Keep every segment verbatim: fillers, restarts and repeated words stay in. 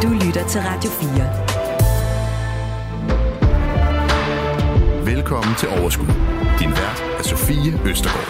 Du lytter til Radio fire. Velkommen til Overskud. Din vært er Sofie Østergaard.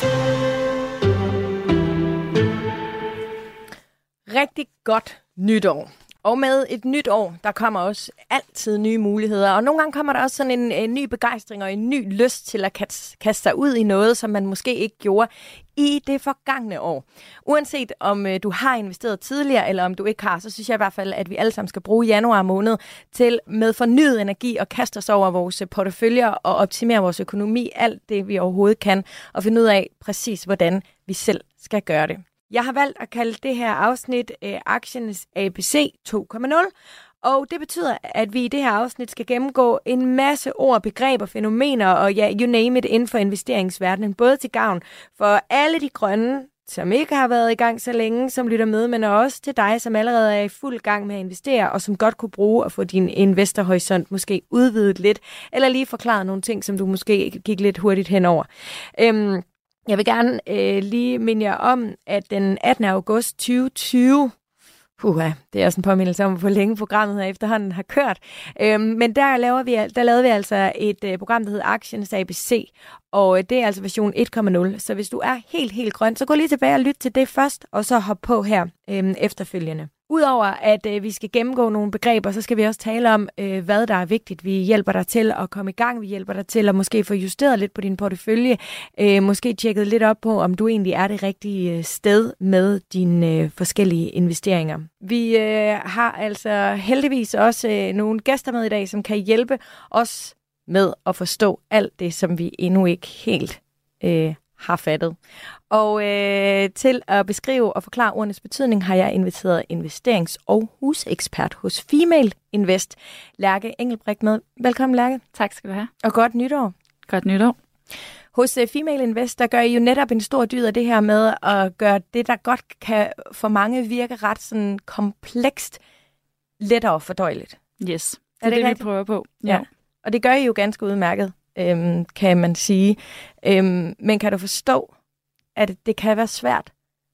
Rigtig godt nytår. Og med et nyt år, der kommer også altid nye muligheder. Og nogle gange kommer der også sådan en, en ny begejstring og en ny lyst til at kaste sig ud i noget, som man måske ikke gjorde i det forgangne år. Uanset om øh, du har investeret tidligere, eller om du ikke har, så synes jeg i hvert fald, at vi alle sammen skal bruge januar måned til med fornyet energi og kaste os over vores porteføljer og optimere vores økonomi, alt det vi overhovedet kan, og finde ud af præcis, hvordan vi selv skal gøre det. Jeg har valgt at kalde det her afsnit øh, Aktiernes A B C to punkt nul, og det betyder, at vi i det her afsnit skal gennemgå en masse ord, begreber, fænomener og ja, you name it inden for investeringsverdenen, både til gavn for alle de grønne, som ikke har været i gang så længe, som lytter med, men også til dig, som allerede er i fuld gang med at investere, og som godt kunne bruge at få din investorhorisont måske udvidet lidt, eller lige forklare nogle ting, som du måske gik lidt hurtigt henover. Øhm, Jeg vil gerne øh, lige minde jer om, at den attende august tyve tyve, puha, det er også en påmindelse om, hvor længe programmet her efterhånden har kørt, øhm, men der, laver vi, der lavede vi altså et øh, program, der hedder Aktiernes A B C, og øh, det er altså version et punkt nul, så hvis du er helt, helt grøn, så gå lige tilbage og lyt til det først, og så hop på her øh, efterfølgende. Udover at øh, vi skal gennemgå nogle begreber, så skal vi også tale om, øh, hvad der er vigtigt. Vi hjælper dig til at komme i gang. Vi hjælper dig til at måske få justeret lidt på din portefølje. Øh, måske tjekket lidt op på, om du egentlig er det rigtige sted med dine øh, forskellige investeringer. Vi øh, har altså heldigvis også øh, nogle gæster med i dag, som kan hjælpe os med at forstå alt det, som vi endnu ikke helt øh, har fattet. Og øh, til at beskrive og forklare ordenes betydning, har jeg inviteret investerings- og husekspert hos Female Invest, Lærke Engelbrecht med. Velkommen, Lærke. Tak skal du have. Og godt nytår. Godt nytår. Hos uh, Female Invest, der gør I jo netop en stor dyd af det her med at gøre det, der godt kan for mange virke ret sådan komplekst, lettere fordøjeligt. Yes, det er, er det, det, det vi prøver på. Ja. ja, og det gør I jo ganske udmærket, øhm, kan man sige. Øhm, men kan du forstå, at det kan være svært?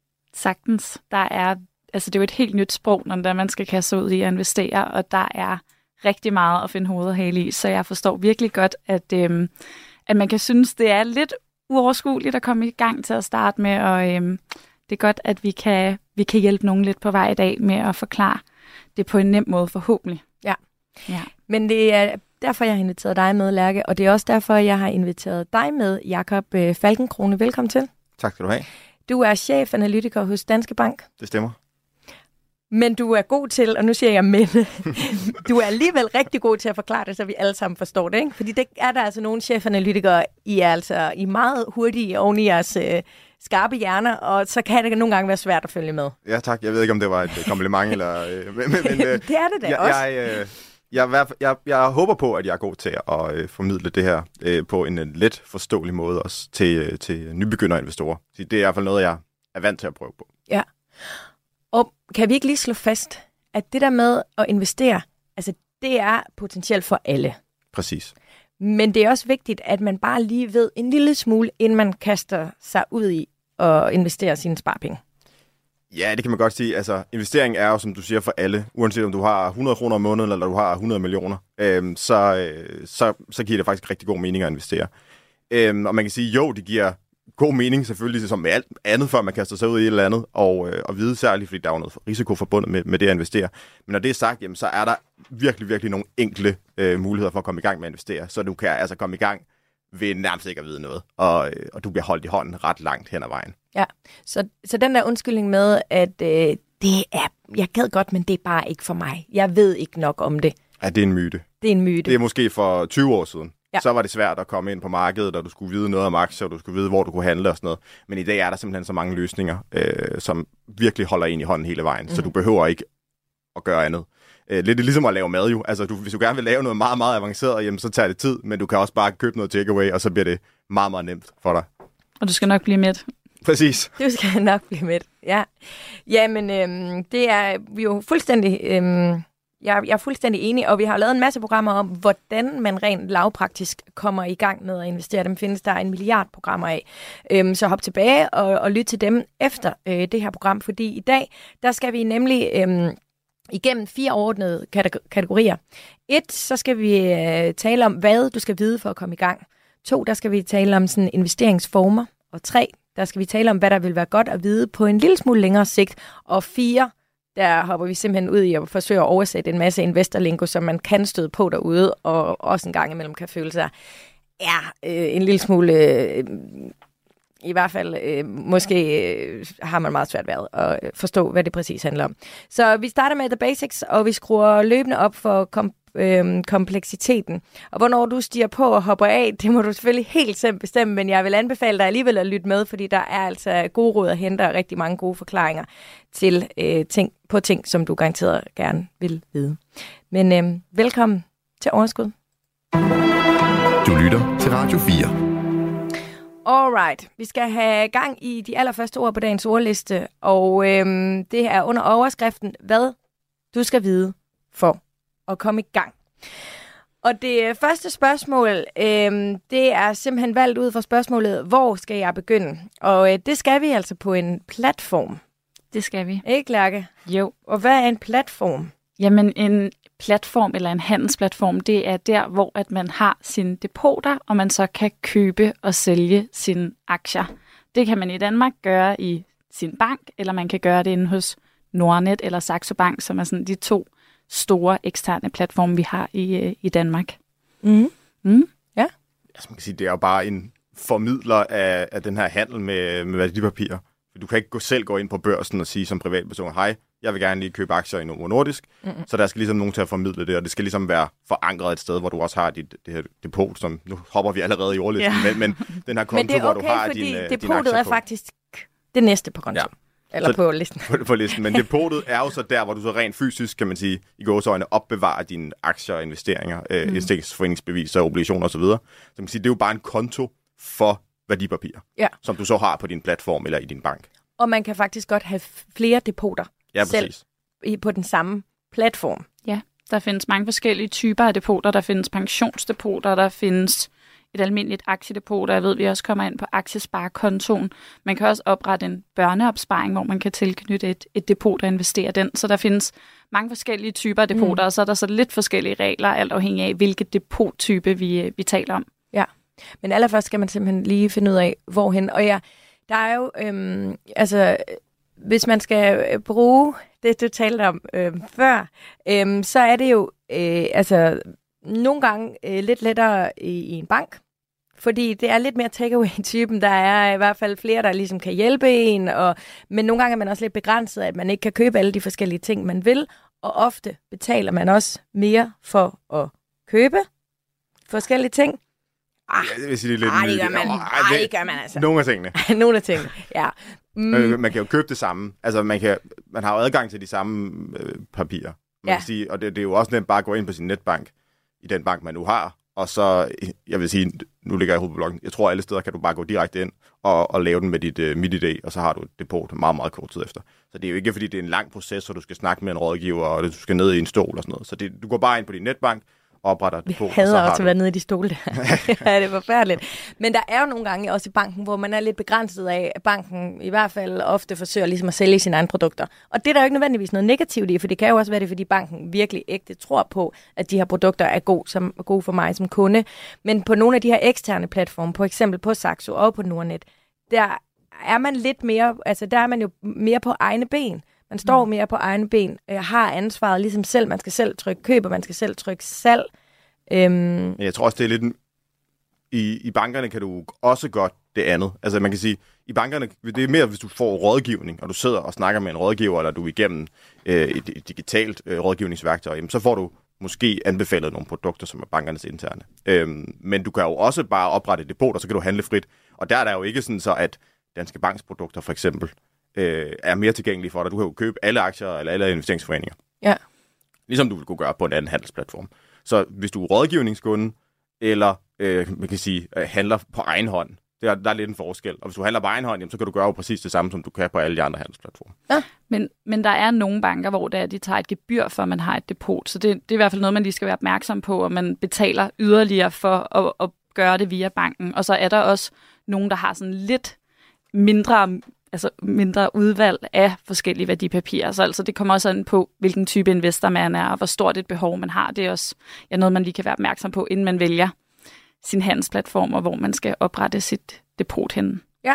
Sagtens. Der er, altså det er jo et helt nyt sprog, når man skal kaste ud i at investere, og der er rigtig meget at finde hoved og hale i, så jeg forstår virkelig godt, at, øhm, at man kan synes, det er lidt uoverskueligt at komme i gang til at starte med, og øhm, det er godt, at vi kan, vi kan hjælpe nogen lidt på vej i dag med at forklare det på en nem måde forhåbentlig. Ja, ja. Men det er derfor, jeg har inviteret dig med, Lærke, og det er også derfor, jeg har inviteret dig med, Jakob Falkenkrone. Velkommen til. Tak skal du have. Du er chefanalytiker hos Danske Bank. Det stemmer. Men du er god til, og nu siger jeg men, du er alligevel rigtig god til at forklare det, så vi alle sammen forstår det, ikke? Fordi det er der altså nogle chefanalytikere, I er altså I er meget hurtige oven i jeres øh, skarpe hjerner, og så kan det nogle gange være svært at følge med. Ja tak, jeg ved ikke, om det var et kompliment, eller... Øh, men, men, øh, det er det da jeg, også. Jeg, øh, jeg, jeg, jeg håber på, at jeg er god til at øh, formidle det her øh, på en, en let forståelig måde også til, øh, til nybegynderinvestorer. Det er i hvert fald noget, jeg er vant til at prøve på. Ja. Og kan vi ikke lige slå fast, at det der med at investere, altså det er potentielt for alle. Præcis. Men det er også vigtigt, at man bare lige ved en lille smule, inden man kaster sig ud i at investere sine sparepenge. Ja, det kan man godt sige. Altså, investering er jo, som du siger, for alle. Uanset om du har hundrede kroner om måneden, eller du har hundrede millioner, øhm, så, øh, så, så giver det faktisk rigtig god mening at investere. Øhm, og man kan sige, jo, det giver god mening selvfølgelig, som med alt andet, før man kaster sig ud i et eller andet, og, øh, og vide særligt, fordi der er jo noget risiko forbundet med, med det at investere. Men når det er sagt, jamen, så er der virkelig, virkelig nogle enkle øh, muligheder for at komme i gang med at investere. Så du kan altså komme i gang ved nærmest ikke at vide noget, og, øh, og du bliver holdt i hånden ret langt hen ad vejen. Ja, så, så den der undskyldning med, at øh, det er, jeg gad godt, men det er bare ikke for mig. Jeg ved ikke nok om det. Ja, det er en myte. Det er en myte. Det er måske for tyve år siden. Ja. Så var det svært at komme ind på markedet, og du skulle vide noget om aktier, og du skulle vide, hvor du kunne handle og sådan noget. Men i dag er der simpelthen så mange løsninger, øh, som virkelig holder en i hånden hele vejen. Mm. Så du behøver ikke at gøre andet. Øh, lidt ligesom at lave mad jo. Altså, du, hvis du gerne vil lave noget meget, meget avanceret, jamen, så tager det tid, men du kan også bare købe noget takeaway, og så bliver det meget, meget nemt for dig. Og du skal nok blive mæt. Præcis. Du skal nok blive mæt, ja. Jamen, øhm, det er vi jo fuldstændig... Øhm Jeg, jeg er fuldstændig enig, og vi har lavet en masse programmer om, hvordan man rent lavpraktisk kommer i gang med at investere. Dem findes der en milliard programmer af. Øhm, så hop tilbage og, og lyt til dem efter øh, det her program, fordi i dag, der skal vi nemlig øhm, igennem fire overordnede kategorier. Et, så skal vi øh, tale om, hvad du skal vide for at komme i gang. To, der skal vi tale om sådan investeringsformer. Og tre, der skal vi tale om, hvad der vil være godt at vide på en lille smule længere sigt. Og fire, der hopper vi simpelthen ud i at forsøge at oversætte en masse investorlingo, som man kan støde på derude, og også en gang imellem kan føle sig ja, øh, en lille smule... Øh, I hvert fald, øh, måske øh, har man meget svært ved at forstå, hvad det præcis handler om. Så vi starter med the basics, og vi skruer løbende op for kom, øh, kompleksiteten. Og hvornår du stiger på og hopper af, det må du selvfølgelig helt selv bestemme, men jeg vil anbefale dig alligevel at lytte med, fordi der er altså gode råd at hente og rigtig mange gode forklaringer til øh, ting, på ting, som du garanteret gerne vil vide. Men øh, velkommen til Overskud. Du lytter til Radio fire. Alright, vi skal have gang i de allerførste ord på dagens ordliste, og øhm, det er under overskriften, hvad du skal vide for at komme i gang. Og det første spørgsmål, øhm, det er simpelthen valgt ud fra spørgsmålet, hvor skal jeg begynde? Og øh, det skal vi altså på en platform. Det skal vi. Ikke, Lærke? Jo. Og hvad er en platform? Jamen, en platform eller en handelsplatform, det er der, hvor at man har sine depoter, og man så kan købe og sælge sine aktier. Det kan man i Danmark gøre i sin bank, eller man kan gøre det inde hos Nordnet eller Saxo Bank, som er sådan de to store eksterne platforme, vi har i, i Danmark. Mm. Mm. Ja. Altså, man kan sige, det er jo bare en formidler af, af den her handel med, med værdipapirer. Du kan ikke gå, selv gå ind på børsen og sige som privatperson, hej, jeg vil gerne lige købe aktier i Novo Nordisk, mm-hmm. så der skal ligesom nogen til at formidle det, og det skal ligesom være forankret et sted, hvor du også har dit, det her depot, som nu hopper vi allerede i ordlisten, ja. men, men den her konto, men det er okay, hvor du har fordi din, din depotet er faktisk det næste på konto. Ja. Eller så, på listen. På, på listen. Men depotet er jo så der, hvor du så rent fysisk, kan man sige, i gåseøjne opbevarer dine aktier og investeringer, øh, mm. investeringsforeningsbeviser, obligationer osv. Så man kan sige, det er jo bare en konto for værdipapirer, ja. som du så har på din platform eller i din bank. Og man kan faktisk godt have flere depoter ja, selv i, på den samme platform. Ja, der findes mange forskellige typer af depoter. Der findes pensionsdepoter, der findes et almindeligt aktiedepot, og jeg ved, vi også kommer ind på aktiesparekontoen. Man kan også oprette en børneopsparing, hvor man kan tilknytte et, et depot og investere den. Så der findes mange forskellige typer af depoter, mm. og så er der så lidt forskellige regler, alt afhængig af, hvilket depottype vi, vi taler om. Ja, men allerførst skal man simpelthen lige finde ud af, hvorhen. Og ja, der er jo, øhm, altså, hvis man skal bruge det, du talte om øhm, før, øhm, så er det jo, øh, altså, nogle gange øh, lidt lettere i, i en bank, fordi det er lidt mere takeaway-typen. Der er i hvert fald flere, der ligesom kan hjælpe en, og, men nogle gange er man også lidt begrænset, at man ikke kan købe alle de forskellige ting, man vil, og ofte betaler man også mere for at købe forskellige ting. Ah, ja, det vil sige, det er lidt ah, det gør man. Ah, det gør man altså. Nogle af tingene. Nogle af tingene, ja. Mm. Man, man kan jo købe det samme. Altså, man, kan, man har jo adgang til de samme øh, papirer. Man ja. kan sige, og det, det er jo også nemt bare at gå ind på sin netbank, i den bank, man nu har. Og så, jeg vil sige, nu ligger jeg i hovedet på bloggen, jeg tror alle steder kan du bare gå direkte ind og, og lave den med dit uh, MitID, og så har du et depot meget, meget kort tid efter. Så det er jo ikke, fordi det er en lang proces, så du skal snakke med en rådgiver, og du skal ned i en stol og sådan noget. Så det, du går bare ind på din netbank, opretter et depot. Jeg hader også at være nede i de stole der. Ja, det er forfærdeligt. Men der er jo nogle gange også i banken, hvor man er lidt begrænset af, at banken i hvert fald ofte forsøger ligesom at sælge sine egne produkter. Og det er der jo ikke nødvendigvis noget negativt i, for det kan jo også være det, fordi banken virkelig ægte tror på, at de her produkter er gode, som, gode for mig som kunde. Men på nogle af de her eksterne platforme, for eksempel på Saxo og på Nordnet, der er man lidt mere, altså der er man jo mere på egne ben. Man står mere på egne ben, øh, har ansvaret ligesom selv. Man skal selv trykke køb, og man skal selv trykke salg. Øhm. Jeg tror også, det er lidt... En... I, I bankerne kan du også godt det andet. Altså man kan sige, i bankerne, det er mere, hvis du får rådgivning, og du sidder og snakker med en rådgiver, eller du er igennem øh, et, et digitalt øh, rådgivningsværktøj, jamen, så får du måske anbefalet nogle produkter, som er bankernes interne. Øhm, men du kan jo også bare oprette et depot, og så kan du handle frit. Og der er der jo ikke sådan så, at Danske Banks produkter for eksempel øh, er mere tilgængelige for dig. Du kan jo købe alle aktier eller alle investeringsforeninger. Ja. Ligesom du vil kunne gøre på en anden handelsplatform. Så hvis du er rådgivningskunde, eller øh, man kan sige, handler på egen hånd, der, der er lidt en forskel. Og hvis du handler på egen hånd, jamen, så kan du gøre præcis det samme, som du kan på alle de andre handelsplatforme. Ja. Men, men der er nogle banker, hvor der, de tager et gebyr for, at man har et depot. Så det, det er i hvert fald noget, man lige skal være opmærksom på, og man betaler yderligere for at, at gøre det via banken. Og så er der også nogen, der har sådan lidt mindre altså mindre udvalg af forskellige værdipapirer. Så altså, det kommer også an på, hvilken type investor man er, og hvor stort et behov man har. Det er også ja, noget, man lige kan være opmærksom på, inden man vælger sin handelsplatform, og hvor man skal oprette sit depot henne. Ja.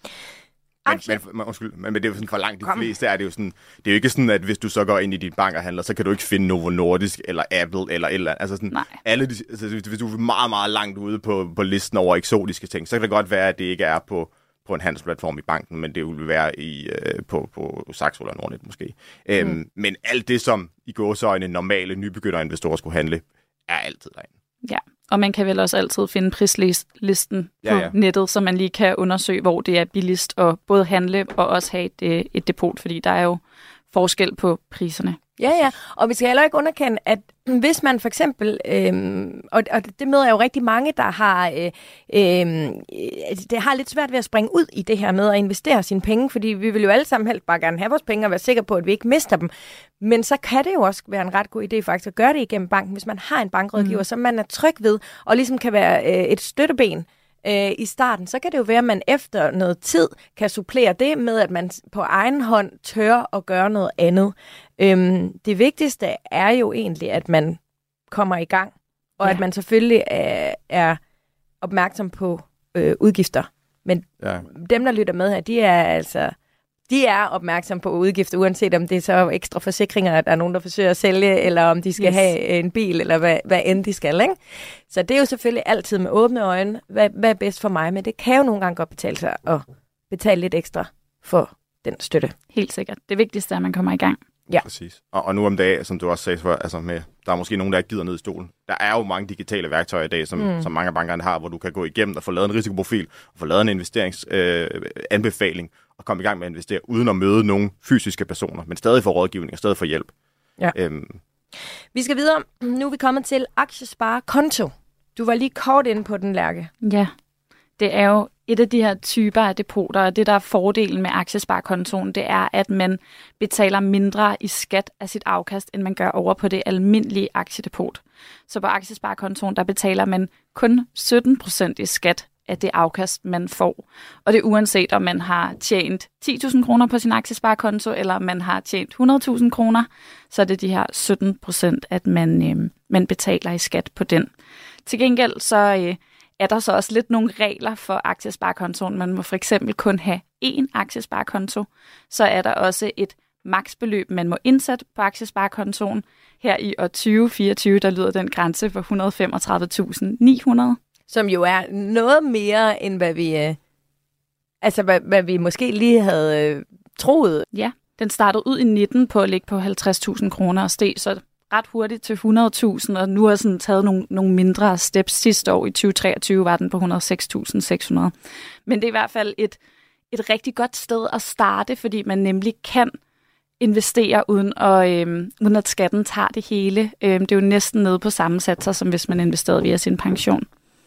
Men, men, undskyld, men det er jo sådan for langt de fleste, er det jo sådan, det er jo ikke sådan, at hvis du så går ind i din bank og handler, så kan du ikke finde Novo Nordisk eller Apple eller et eller andet. Altså sådan, Nej. alle de, altså, hvis du er meget, meget langt ude på, på listen over eksotiske ting, så kan det godt være, at det ikke er på, på en handelsplatform i banken, men det vil være i, øh, på, på Saxo eller Nordnet måske. Mm. Øhm, men alt det, som i gåseøjne normale nybegynderinvestorer skulle handle, er altid derinde. Ja, og man kan vel også altid finde prislisten ja, på ja. nettet, så man lige kan undersøge, hvor det er billigst at både handle og også have et, et depot, fordi der er jo forskel på priserne. Ja, ja, og vi skal heller ikke underkende, at hvis man for eksempel, øhm, og, og det møder jeg jo rigtig mange, der har, øh, øh, det har lidt svært ved at springe ud i det her med at investere sine penge, fordi vi vil jo alle sammen helst bare gerne have vores penge og være sikre på, at vi ikke mister dem. Men så kan det jo også være en ret god idé faktisk at gøre det igennem banken, hvis man har en bankrådgiver, mm. som man er tryg ved, og ligesom kan være øh, et støtteben øh, i starten. Så kan det jo være, at man efter noget tid kan supplere det med, at man på egen hånd tør at gøre noget andet. Øhm, det vigtigste er jo egentlig, at man kommer i gang, og ja. at man selvfølgelig er, er opmærksom på øh, udgifter. Men ja. dem, der lytter med her, de er altså de er opmærksom på udgifter, uanset om det er så ekstra forsikringer, at der er nogen, der forsøger at sælge, eller om de skal yes. have en bil, eller hvad, hvad end de skal. Ikke? Så det er jo selvfølgelig altid med åbne øjne, hvad, hvad er bedst for mig, men det kan jo nogle gange godt betale sig at betale lidt ekstra for den støtte. Helt sikkert. Det vigtigste er, at man kommer i gang. Ja. Præcis. Og, og nu om dagen, som du også sagde før, altså med, der er måske nogen, der ikke gider ned i stolen. Der er jo mange digitale værktøjer i dag, som, mm. som mange af bankerne har, hvor du kan gå igennem og få lavet en risikoprofil, og få lavet en investeringsanbefaling, øh, og komme i gang med at investere, uden at møde nogle fysiske personer, men stadig få rådgivning og stadig få hjælp. Ja. Øhm. Vi skal videre. Nu er vi kommet til aktiesparekonto. Du var lige kort inde på den, Lærke. Ja, det er jo et af de her typer af depoter, og det, der er fordelen med aktiesparekontoen, det er, at man betaler mindre i skat af sit afkast, end man gør over på det almindelige aktiedepot. Så på aktiesparekontoen, der betaler man kun sytten procent i skat af det afkast, man får. Og det er uanset, om man har tjent ti tusind kroner på sin aktiesparekonto, eller om man har tjent hundrede tusind kroner, så er det de her sytten procent, at man, øh, man betaler i skat på den. Til gengæld så øh, er der så også lidt nogle regler for aktiesparekontoen. Man må for eksempel kun have én aktiesparekonto. Så er der også et maksbeløb, man må indsætte på aktiesparekontoen. Her i år tyve fireogtyve, der lyder den grænse for et hundrede og femogtredive tusind ni hundrede. Som jo er noget mere, end hvad vi, øh, altså, hvad, hvad vi måske lige havde øh, troet. Ja, den startede ud i nitten på at ligge på halvtreds tusind kroner og steg så ret hurtigt til hundrede tusind, og nu har sådan taget nogle, nogle mindre steps. Sidste år i tyve treogtyve var den på et hundrede og seks tusind seks hundrede. Men det er i hvert fald et, et rigtig godt sted at starte, fordi man nemlig kan investere, uden, at, øh, uden at skatten tager det hele. Øh, det er jo næsten nede på samme satser, som hvis man investerede via sin pension.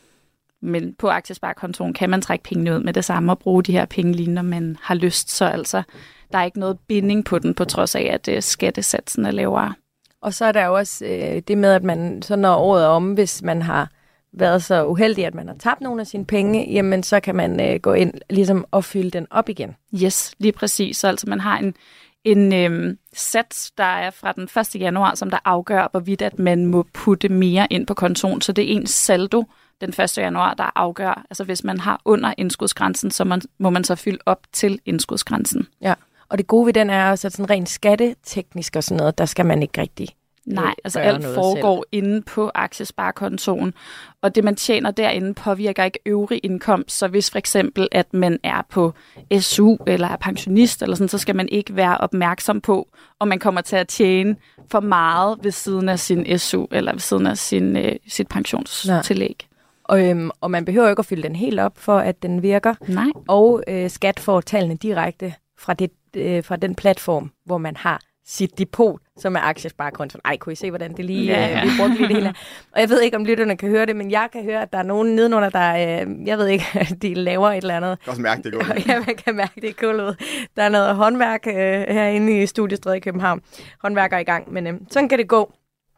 Men på aktiesparekontoen kan man trække pengene ud med det samme og bruge de her penge lige, når man har lyst. Så altså, der er ikke noget binding på den, på trods af, at øh, skattesatsen er lavere. Og så er der jo også øh, det med, at man så når året er om, hvis man har været så uheldig, at man har tabt nogle af sine penge, jamen så kan man øh, gå ind ligesom og fylde den op igen. Yes, lige præcis. Så altså man har en, en øh, sats, der er fra den første januar, som der afgør, hvorvidt at man må putte mere ind på kontoen. Så det er ens saldo den første januar, der afgør. Altså hvis man har under indskudsgrænsen, så man, må man så fylde op til indskudsgrænsen. Ja. Og det gode ved den er også, at sådan rent skatteteknisk og sådan noget, der skal man ikke rigtig Nej, altså alt foregår selv inde på aktiesparekontoen, og det man tjener derinde påvirker ikke øvrig indkomst, så hvis for eksempel, at man er på S U eller er pensionist, eller sådan, så skal man ikke være opmærksom på, om man kommer til at tjene for meget ved siden af sin S U eller ved siden af sin, øh, sit pensionstillæg. Og, øhm, og man behøver ikke at fylde den helt op, for at den virker. Nej. Og øh, skat får tallene direkte fra, det, øh, fra den platform, hvor man har sit depot, som er aktiesparekontoen. Ej, kunne I se, hvordan det lige ja, ja. øh, vi brugte lige det hele. Og jeg ved ikke, om lytterne kan høre det, men jeg kan høre, at der er nogen nedenunder, der, øh, jeg ved ikke, de laver et eller andet. Jeg kan også mærke det godt. Ja, man kan mærke det gulvet. Der er noget håndværk øh, herinde i Studiestræde i København. Håndværker i gang, men øh, sådan kan det gå.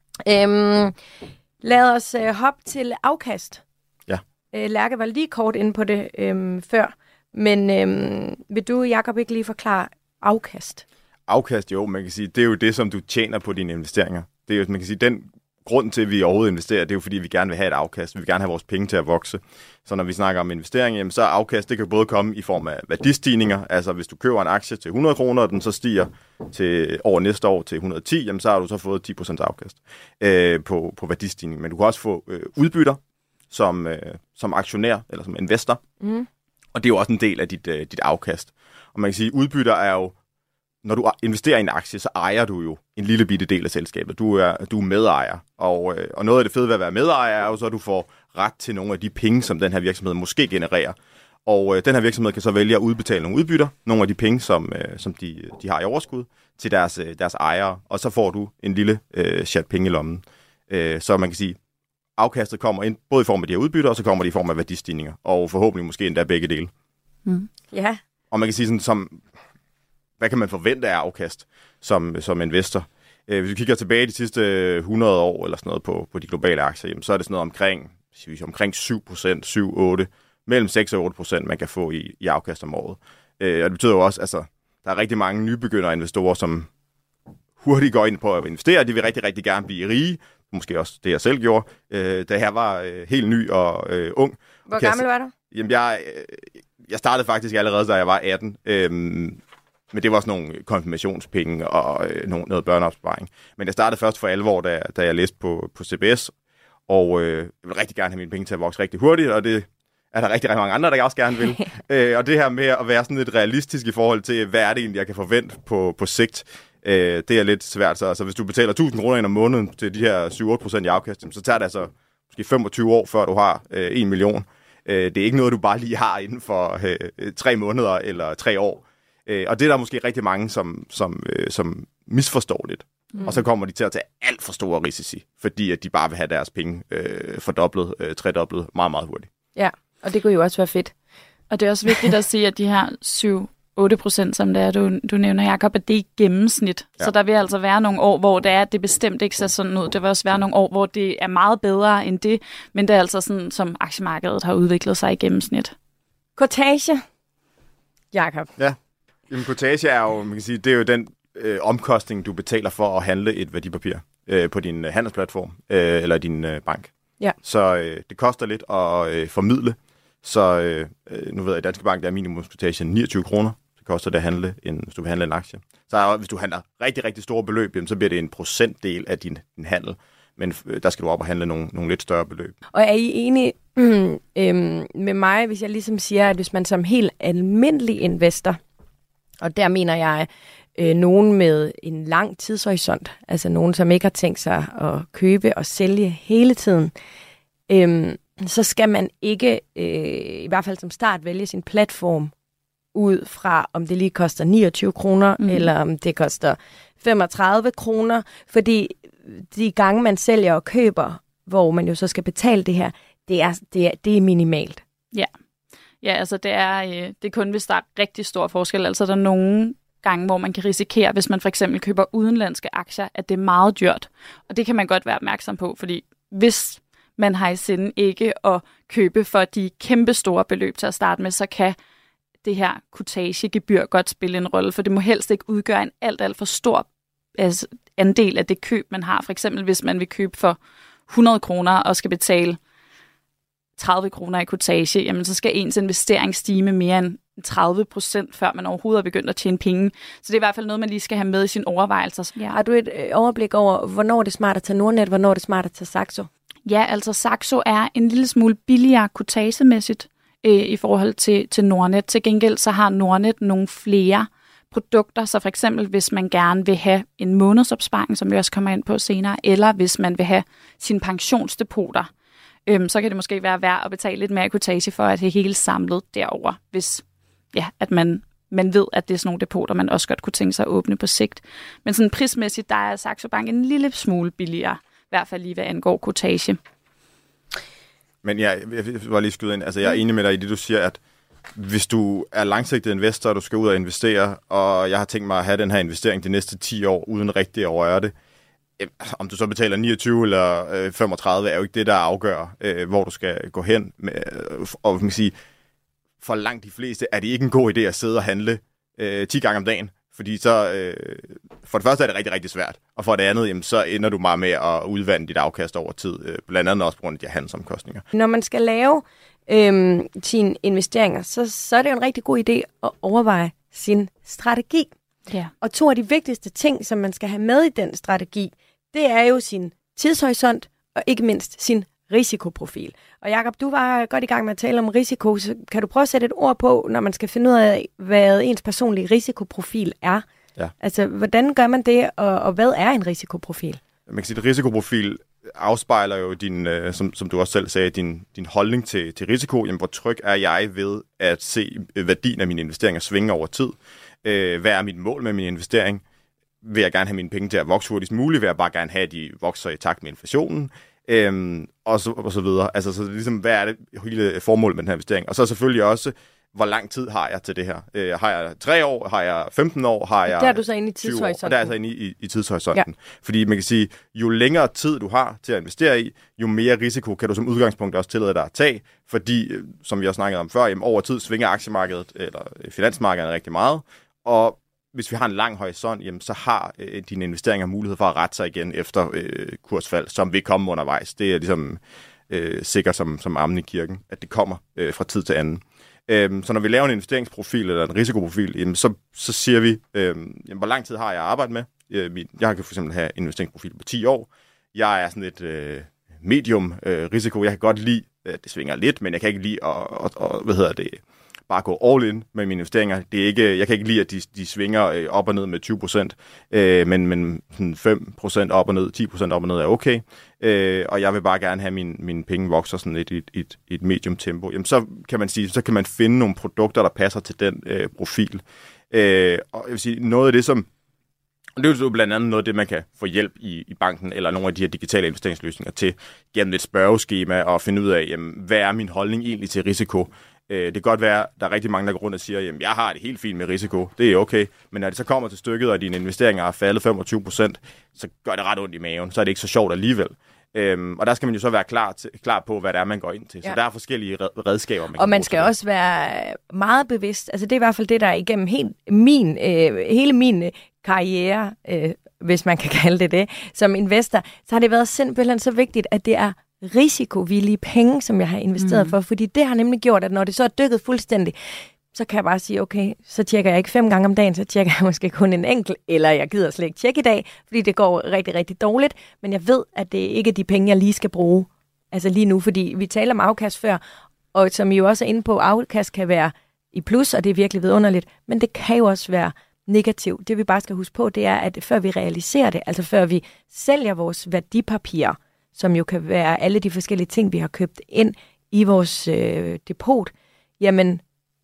Øhm, lad os øh, hoppe til afkast. Ja. Øh, Lærke var lige kort inde på det øh, før. Men øhm, vil du, Jacob, ikke lige forklare afkast? Afkast, jo, man kan sige, det er jo det, som du tjener på dine investeringer. Det er jo, man kan sige, den grund til, at vi overhovedet investerer, det er jo, fordi vi gerne vil have et afkast. Vi vil gerne have vores penge til at vokse. Så når vi snakker om investering, jamen, så er afkast, det kan både komme i form af værdistigninger. Altså, hvis du køber en aktie til hundrede kroner, og den så stiger til over næste år til et hundrede og ti, jamen, så har du så fået ti procent afkast øh, på, på værdistigning. Men du kan også få øh, udbytter som, øh, som aktionær eller som investor. Mm. Og det er jo også en del af dit, øh, dit afkast. Og man kan sige, udbytter er jo, når du investerer i en aktie, så ejer du jo en lille bitte del af selskabet. Du er, du er medejer. Og, øh, og noget af det fede ved at være medejer er jo så, at du får ret til nogle af de penge, som den her virksomhed måske genererer. Og øh, den her virksomhed kan så vælge at udbetale nogle udbytter, nogle af de penge, som, øh, som de, de har i overskud, til deres, øh, deres ejere. Og så får du en lille øh, chat penge i lommen. Øh, så man kan sige, afkastet kommer ind både i form af de her udbytter, og så kommer det i form af værdistigninger. Og forhåbentlig måske endda begge dele. Mm. Ja. Og man kan sige sådan som... Hvad kan man forvente af afkast som, som investor? Øh, hvis vi kigger tilbage de sidste hundrede år eller sådan noget på, på de globale aktier, jamen, så er det sådan noget omkring, omkring syv procent, syv til otte, mellem seks og otte procent, man kan få i, i afkast om året. Øh, og det betyder jo også, altså, der er rigtig mange nybegyndere investorer, som hurtigt går ind på at investere. De vil rigtig, rigtig gerne blive rige. Måske også det, jeg selv gjorde, øh, da jeg var øh, helt ny og øh, ung. Hvor og gammel var du? Jamen, jeg, øh, jeg startede faktisk allerede, da jeg var atten. Øh, Men det var også nogle konfirmationspenge og øh, noget børneopsparing. Men jeg startede først for alvor, da, da jeg læste på, på C B S. Og øh, jeg vil rigtig gerne have mine penge til at vokse rigtig hurtigt, og det er der rigtig, rigtig mange andre, der også gerne vil. øh, og det her med at være sådan lidt realistisk i forhold til, hvad er det egentlig, jeg kan forvente på, på sigt, øh, det er lidt svært. Så altså, hvis du betaler tusind kroner ind om måneden til de her syv til otte procent i afkast, så tager det altså måske femogtyve år, før du har øh, en million. Øh, det er ikke noget, du bare lige har inden for øh, tre måneder eller tre år. Og det er der måske rigtig mange, som, som, øh, som misforstår lidt. Mm. Og så kommer de til at tage alt for store risici, fordi at de bare vil have deres penge øh, fordoblet, øh, tredoblet meget, meget hurtigt. Ja, og det kunne jo også være fedt. Og det er også vigtigt at sige, at de her syv til otte procent, som det er, du, du nævner, Jacob, at det er gennemsnit. Ja. Så der vil altså være nogle år, hvor det er, at det bestemt ikke ser sådan ud. Der vil også være nogle år, hvor det er meget bedre end det, men det er altså sådan, som aktiemarkedet har udviklet sig i gennemsnit. Kortage, Jacob. Ja. Jamen, kortage er jo, man kan sige, det er jo den øh, omkostning, du betaler for at handle et værdipapir øh, på din øh, handelsplatform øh, eller din øh, bank. Ja. Så øh, det koster lidt at øh, formidle. Så øh, nu ved jeg, at Danske Bank, der er minimumskortage niogtyve kroner. Det koster det at handle, en, hvis du vil handle en aktie. Så er, hvis du handler rigtig, rigtig store beløb, jamen, så bliver det en procentdel af din, din handel. Men øh, der skal du op og handle nogle, nogle lidt større beløb. Og er I enige øh, med mig, hvis jeg ligesom siger, at hvis man som helt almindelig investor, og der mener jeg øh, nogen med en lang tidshorisont, altså nogen, som ikke har tænkt sig at købe og sælge hele tiden, øh, så skal man ikke, øh, i hvert fald som start, vælge sin platform ud fra, om det lige koster niogtyve kroner, mm. eller om det koster femogtredive kroner, fordi de gange, man sælger og køber, hvor man jo så skal betale det her, det er, det er, det er minimalt. Ja. Ja, altså det er, øh, det er kun, hvis der er rigtig stor forskel. Altså der er nogle gange, hvor man kan risikere, hvis man for eksempel køber udenlandske aktier, at det er meget dyrt. Og det kan man godt være opmærksom på, fordi hvis man har i sinde ikke at købe for de kæmpe store beløb til at starte med, så kan det her kortagegebyr godt spille en rolle, for det må helst ikke udgøre en alt, alt for stor altså, andel af det køb, man har. For eksempel hvis man vil købe for hundrede kroner og skal betale tredive kroner i kortage, jamen så skal ens investering stige med mere end tredive procent, før man overhovedet er begyndt at tjene penge. Så det er i hvert fald noget, man lige skal have med i sine overvejelser. Ja. Har du et øh, overblik over, hvornår det er smart at tage Nordnet, hvornår det er smart at tage Saxo? Ja, altså Saxo er en lille smule billigere kortagemæssigt øh, i forhold til, til Nordnet. Til gengæld så har Nordnet nogle flere produkter, så for eksempel hvis man gerne vil have en månedsopsparing, som vi også kommer ind på senere, eller hvis man vil have sine pensionsdepoter, øhm, så kan det måske være værd at betale lidt mere i kortage for at have hele samlet derover, hvis ja, at man, man ved, at det er sådan nogle depoter, man også godt kunne tænke sig at åbne på sigt. Men sådan prismæssigt, der er Saxo Bank en lille smule billigere, i hvert fald lige hvad angår kortage. Men ja, jeg var lige skyde ind. Altså, jeg er enig med dig i det, du siger, at hvis du er langsigtet investor, og du skal ud og investere, og jeg har tænkt mig at have den her investering de næste ti år, uden rigtig at røre det, om du så betaler niogtyve eller femogtredive, er jo ikke det, der afgør, hvor du skal gå hen. Og man kan sige, for langt de fleste er det ikke en god idé at sidde og handle øh, ti gange om dagen. Fordi så, øh, for det første er det rigtig, rigtig svært. Og for det andet, jamen, så ender du meget med at udvande dit afkast over tid. Øh, blandt andet også på grund af de her handelsomkostninger. Når man skal lave øh, sine investeringer, så, så er det jo en rigtig god idé at overveje sin strategi. Ja. Og to af de vigtigste ting, som man skal have med i den strategi, det er jo sin tidshorisont og ikke mindst sin risikoprofil. Og Jakob, du var godt i gang med at tale om risiko, så kan du prøve at sætte et ord på, når man skal finde ud af, hvad ens personlige risikoprofil er? Ja. Altså, hvordan gør man det, og, og hvad er en risikoprofil? Man kan sige, at risikoprofil afspejler jo din, øh, som, som du også selv sagde, din, din holdning til, til risiko. Jamen, hvor tryg er jeg ved at se værdien af mine investeringer svinge over tid? Øh, hvad er mit mål med min investering? Vil jeg gerne have mine penge til at vokse hurtigst muligt? Vil jeg bare gerne have, at de vokser i takt med inflationen? Øhm, og, så, og så videre. Altså, så ligesom, hvad er det hele formålet med den her investering? Og så selvfølgelig også, hvor lang tid har jeg til det her? Øh, har jeg tre år? Har jeg femten år? Har jeg der er du så inde i tidshorisonten. Og der er så inde i, i, i tidshorisonten. Ja. Fordi man kan sige, jo længere tid du har til at investere i, jo mere risiko kan du som udgangspunkt også tillade dig at tage. Fordi, som vi også snakkede om før, jamen, over tid svinger aktiemarkedet eller finansmarkedet rigtig meget. Og hvis vi har en lang horisont, jamen, så har øh, dine investeringer mulighed for at rette sig igen efter øh, kursfald, som vil komme undervejs. Det er ligesom øh, sikkert som, som armen i kirken, at det kommer øh, fra tid til anden. Øhm, så når vi laver en investeringsprofil eller en risikoprofil, jamen, så, så siger vi, øh, jamen, hvor lang tid har jeg arbejdet med? Øh, jeg kan for eksempel have en investeringsprofil på ti år. Jeg er sådan et øh, medium øh, risiko. Jeg kan godt lide, øh, det svinger lidt, men jeg kan ikke lide at, at, at hvad hedder det, bare gå all in med mine investeringer. Det er ikke, jeg kan ikke lide, at de, de svinger øh, op og ned med tyve procent, øh, men, men sådan fem procent op og ned, ti procent op og ned er okay. Øh, og jeg vil bare gerne have mine, mine penge vokser sådan lidt i et, et, et medium tempo. Jamen, så kan man sige, så kan man finde nogle produkter, der passer til den øh, profil. Øh, og jeg vil sige, noget af det, som og det er jo blandt andet noget af det, man kan få hjælp i, i banken eller nogle af de her digitale investeringsløsninger til gennem et spørgeskema og finde ud af, jamen, hvad er min holdning egentlig til risiko? Det kan godt være, at der er rigtig mange, der går rundt og siger, jamen jeg har det helt fint med risiko, det er okay. Men når det så kommer til stykket, og dine investeringer er faldet femogtyve procent, så gør det ret ondt i maven, så er det ikke så sjovt alligevel. Øhm, og der skal man jo så være klar, til, klar på, hvad det er, man går ind til. Så ja. Der er forskellige redskaber, man og kan man skal også være meget bevidst. Altså det er i hvert fald det, der er igennem helt min, øh, hele min karriere, øh, hvis man kan kalde det det, som investor, så har det været simpelthen så vigtigt, at det er risikovillige penge, som jeg har investeret mm. for, fordi det har nemlig gjort, at når det så er dykket fuldstændig, så kan jeg bare sige, okay, så tjekker jeg ikke fem gange om dagen, så tjekker jeg måske kun en enkelt, eller jeg gider slet ikke tjekke i dag, fordi det går rigtig, rigtig dårligt, men jeg ved, at det ikke er de penge, jeg lige skal bruge, altså lige nu, fordi vi taler om afkast før, og som I jo også er inde på, afkast kan være i plus, og det er virkelig vidunderligt, men det kan jo også være negativt. Det vi bare skal huske på, det er, at før vi realiserer det, altså før vi sælger vores værdipapirer, som jo kan være alle de forskellige ting, vi har købt ind i vores øh, depot, jamen,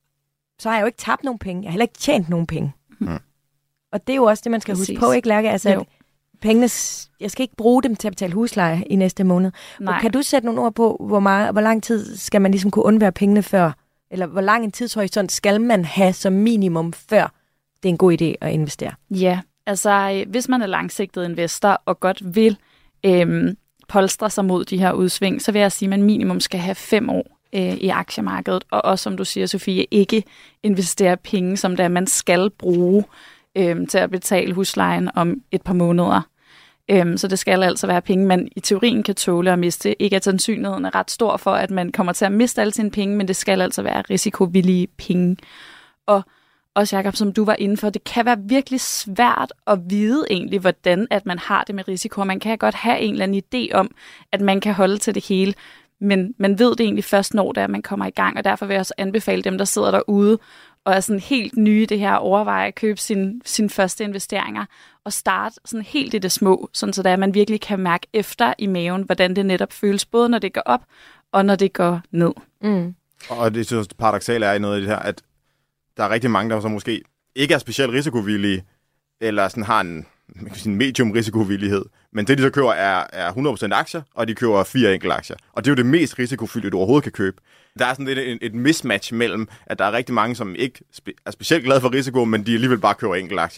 så har jeg jo ikke tabt nogen penge. Jeg har heller ikke tjent nogen penge. Mm. Og det er jo også det, man skal Præcis. huske på, ikke Lærke? Altså, at pengene, jeg skal ikke bruge dem til at betale husleje i næste måned. Kan du sætte nogle ord på, hvor, meget, hvor lang tid skal man ligesom kunne undvære pengene før? Eller hvor lang en tidshorisont skal man have som minimum, før det er en god idé at investere? Ja, altså hvis man er langsigtet investor og godt vil øhm, polstre sig mod de her udsving, så vil jeg sige, at man minimum skal have fem år øh, i aktiemarkedet, og også, som du siger, Sofie, ikke investere penge, som der man skal bruge øh, til at betale huslejen om et par måneder. Øh, så det skal altså være penge, man i teorien kan tåle at miste. Ikke at sandsynligheden er ret stor for, at man kommer til at miste alle sine penge, men det skal altså være risikovillige penge. Og også, Jacob, som du var inde for, det kan være virkelig svært at vide egentlig, hvordan at man har det med risiko. Man kan godt have en eller anden idé om, at man kan holde til det hele, men man ved det egentlig først, når det er, man kommer i gang, og derfor vil jeg også anbefale dem, der sidder derude og er sådan helt nye i det her, overveje at købe sine sin første investeringer og starte sådan helt i det små, sådan så at man virkelig kan mærke efter i maven, hvordan det netop føles, både når det går op og når det går ned. Mm. Og det synes jeg, paradoksale er i noget af det her, at der er rigtig mange, der så måske ikke er specielt risikovillige, eller sådan har en, man kan sige, en medium risikovillighed. Men det, de så køber, er, er hundrede procent aktier, og de køber fire enkelte aktier. Og det er jo det mest risikofyldte, du overhovedet kan købe. Der er sådan lidt et, et mismatch mellem, at der er rigtig mange, som ikke spe- er specielt glade for risiko, men de alligevel bare køber enkelte aktier.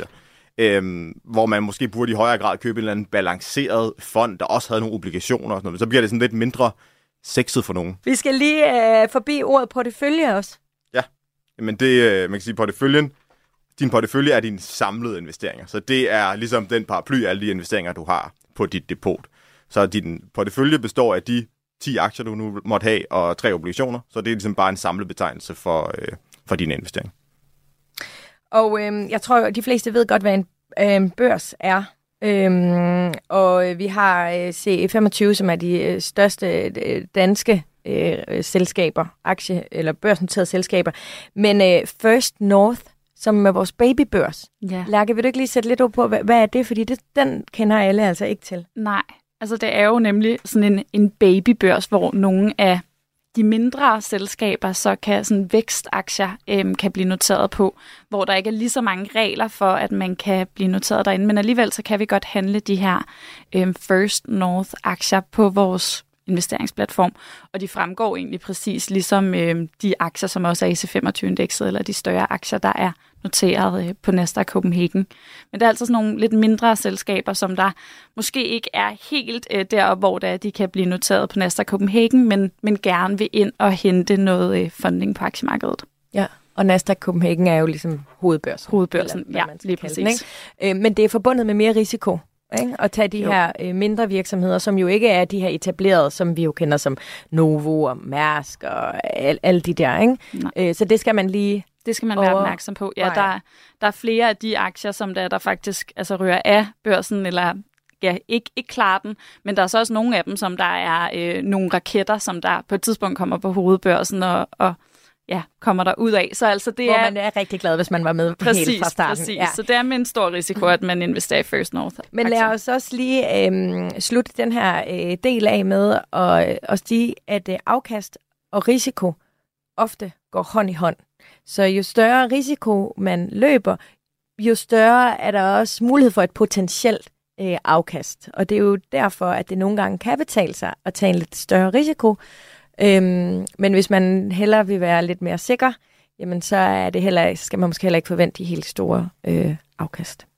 Øhm, hvor man måske burde i højere grad købe en eller anden balanceret fond, der også havde nogle obligationer og sådan noget. Så bliver det sådan lidt mindre sexet for nogen. Vi skal lige øh, forbi ordet portefølje også. Ja. Jamen det, man kan sige, porteføljen, din portefølje er dine samlede investeringer. Så det er ligesom den paraply af alle de investeringer, du har på dit depot. Så din portefølje består af de ti aktier, du nu måtte have, og tre obligationer. Så det er ligesom bare en samlet betegnelse for, øh, for dine investeringer. Og øh, jeg tror, de fleste ved godt, hvad en øh, børs er. Øhm, og vi har øh, C E femogtyve, som er de øh, største øh, danske øh, selskaber, aktie- eller børsnoterede selskaber. Men øh, First North, som er vores babybørs. Ja. Lærke, vil du ikke lige sætte lidt ord på, hvad, hvad er det? Fordi det, den kender alle altså ikke til. Nej, altså det er jo nemlig sådan en, en babybørs, hvor nogle af de mindre selskaber, så kan sådan vækstaktier øhm, kan blive noteret på, hvor der ikke er lige så mange regler for, at man kan blive noteret derinde. Men alligevel så kan vi godt handle de her øhm, First North-aktier på vores investeringsplatform, og de fremgår egentlig præcis ligesom øhm, de aktier, som også er E C femogtyve-indekset, eller de større aktier, der er noteret øh, på Nasdaq Copenhagen. Men det er altså sådan nogle lidt mindre selskaber, som der måske ikke er helt øh, deroppe, hvor det er, de kan blive noteret på Nasdaq Copenhagen, men, men gerne vil ind og hente noget øh, funding på aktiemarkedet. Ja, og Nasdaq Copenhagen er jo ligesom hovedbørsen. Hovedbørsen, eller, ja, lige præcis. Den, ikke? Øh, men det er forbundet med mere risiko. Ikke? At tage de jo. her øh, mindre virksomheder, som jo ikke er de her etablerede, som vi jo kender som Novo og Mærsk og al, alle de der. Ikke? Øh, så det skal man lige... Det skal man være opmærksom på. Ja, der, der er flere af de aktier, som der, der faktisk altså, rører af børsen, eller ja, ikke, ikke klarer den, men der er så også nogle af dem, som der er øh, nogle raketter, som der på et tidspunkt kommer på hovedbørsen og, og ja, kommer der ud af. Så altså, det Hvor er, man er rigtig glad, hvis man var med præcis, helt fra starten. Præcis, ja. Så det er med en stor risiko, at man investerer i First North. Men lad os også lige øh, slutte den her øh, del af med at, at sige, at øh, afkast og risiko ofte går hånd i hånd. Så jo større risiko man løber, jo større er der også mulighed for et potentielt øh, afkast. Og det er jo derfor, at det nogle gange kan betale sig at tage en lidt større risiko. Øhm, men hvis man hellere vil være lidt mere sikker, jamen så er det heller, skal man måske heller ikke forvente de helt store øh, afkast.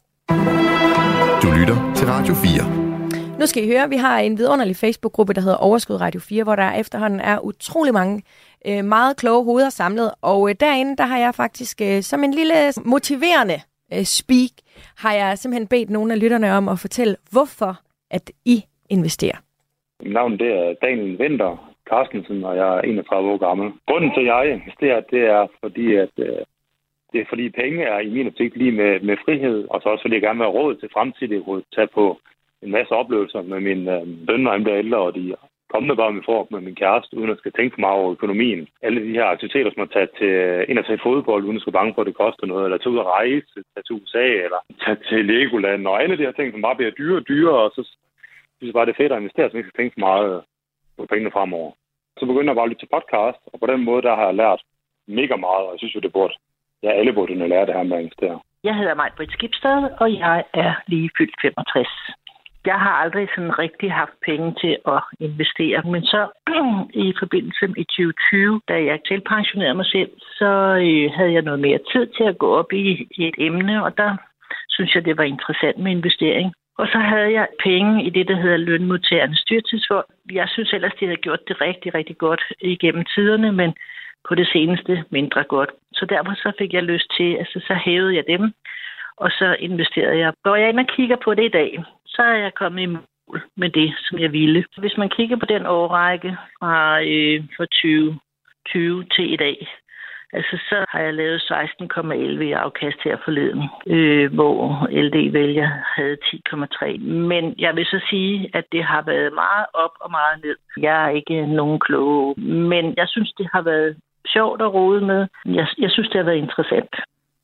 Du lytter til Radio fire. Nu skal I høre, vi har en vidunderlig Facebook-gruppe, der hedder Overskud Radio fire, hvor der efterhånden er utrolig mange øh, meget kloge hoveder samlet. Og øh, derinde, der har jeg faktisk øh, som en lille motiverende øh, speak, har jeg simpelthen bedt nogle af lytterne om at fortælle, hvorfor at I investerer. Mit navn det er Daniel Winther Carstensen, og jeg er enogtredive år gammel. Grunden til, at jeg investerer, det er fordi, at øh, det er fordi penge er i min optik lige med, med frihed, og så også fordi jeg gerne vil have råd til fremtidig råd, tage på en masse oplevelser med min øh, søn, når han bliver ældre, og de kommende børn, vi får med min kæreste, uden at skal tænke for meget over økonomien. Alle de her aktiviteter, som at tage til, ind og tage fodbold, uden at skulle bange for, at det koster noget, eller tage ud og rejse, tage til U S A, eller tage til Legoland, og alle de her ting, som bare bliver dyre og dyre, og så synes jeg bare, det er fedt at investere, så jeg ikke skal tænke for meget på pengene fremover. Så begynder jeg bare at lytte til podcast, og på den måde, der har jeg lært mega meget, og jeg synes jo, det burde, ja, alle burde lære det her med at investere. Jeg hedder Maj-Britt Skibstad, og jeg er lige fyldt femogtres. Jeg har aldrig sådan rigtig haft penge til at investere, men så i forbindelse med tyve tyve, da jeg tilpensionerede mig selv, så øh, havde jeg noget mere tid til at gå op i, i et emne, og der synes jeg, det var interessant med investering. Og så havde jeg penge i det, der hedder Lønmodtagernes Dyrtidsfond. Jeg synes ellers, de havde gjort det rigtig, rigtig godt igennem tiderne, men på det seneste mindre godt. Så derfor så fik jeg lyst til, altså så hævede jeg dem, og så investerede jeg. Når jeg ind og kigger på det i dag, så er jeg kommet i mål med det, som jeg ville. Hvis man kigger på den årrække fra, øh, fra tyve tyve til i dag, altså så har jeg lavet seksten komma elleve i afkast her forleden, øh, hvor L D-vælger havde ti komma tre. Men jeg vil så sige, at det har været meget op og meget ned. Jeg er ikke nogen kloge, men jeg synes, det har været sjovt at rode med. Jeg, jeg synes, det har været interessant.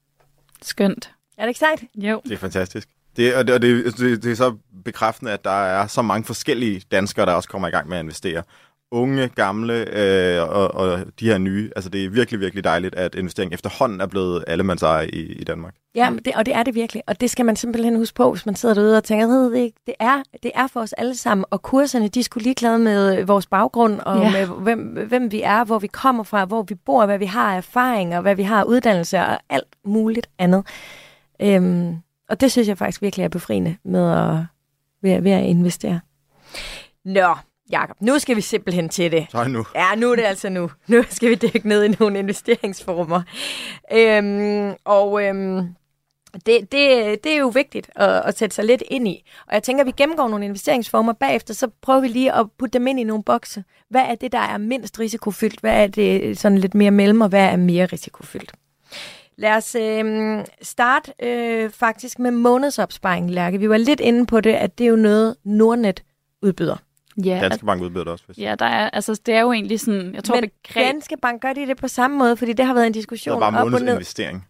Skønt. Er det ikke sejt? Jo. Det er fantastisk. Det, og det, og det, det, det er så bekræftende, at der er så mange forskellige danskere, der også kommer i gang med at investere. Unge, gamle øh, og, og de her nye. Altså det er virkelig, virkelig dejligt, at investering efterhånden er blevet allemandseje i, i Danmark. Ja, det, og det er det virkelig. Og det skal man simpelthen huske på, hvis man sidder derude og tænker, det, det, er, det er for os alle sammen. Og kurserne, de skulle ligeglade med vores baggrund, og ja. med hvem, hvem vi er, hvor vi kommer fra, hvor vi bor, hvad vi har erfaring, og hvad vi har uddannelse, og alt muligt andet. Øhm, og det synes jeg faktisk virkelig er befriende med at, ved, ved at investere. Nå, Jakob, nu skal vi simpelthen til det. Så er det nu. Ja, nu er det altså nu. Nu skal vi dække ned i nogle investeringsformer. Øhm, og øhm, det, det, det er jo vigtigt at, at sætte sig lidt ind i. Og jeg tænker, at vi gennemgår nogle investeringsformer bagefter, så prøver vi lige at putte dem ind i nogle bokse. Hvad er det, der er mindst risikofyldt? Hvad er det sådan lidt mere mellem, og hvad er mere risikofyldt? Lad os øh, starte øh, faktisk med månedsopsparing, Lærke. Vi var lidt inde på det, at det er jo noget, Nordnet udbyder. Ja, Danske Bank udbyder det også. Hvis. Ja, der er, altså, det er jo egentlig sådan, jeg tror, Men begreb... Danske Bank gør de det på samme måde, fordi det har været en diskussion det er bare op og ned. månedsinvestering.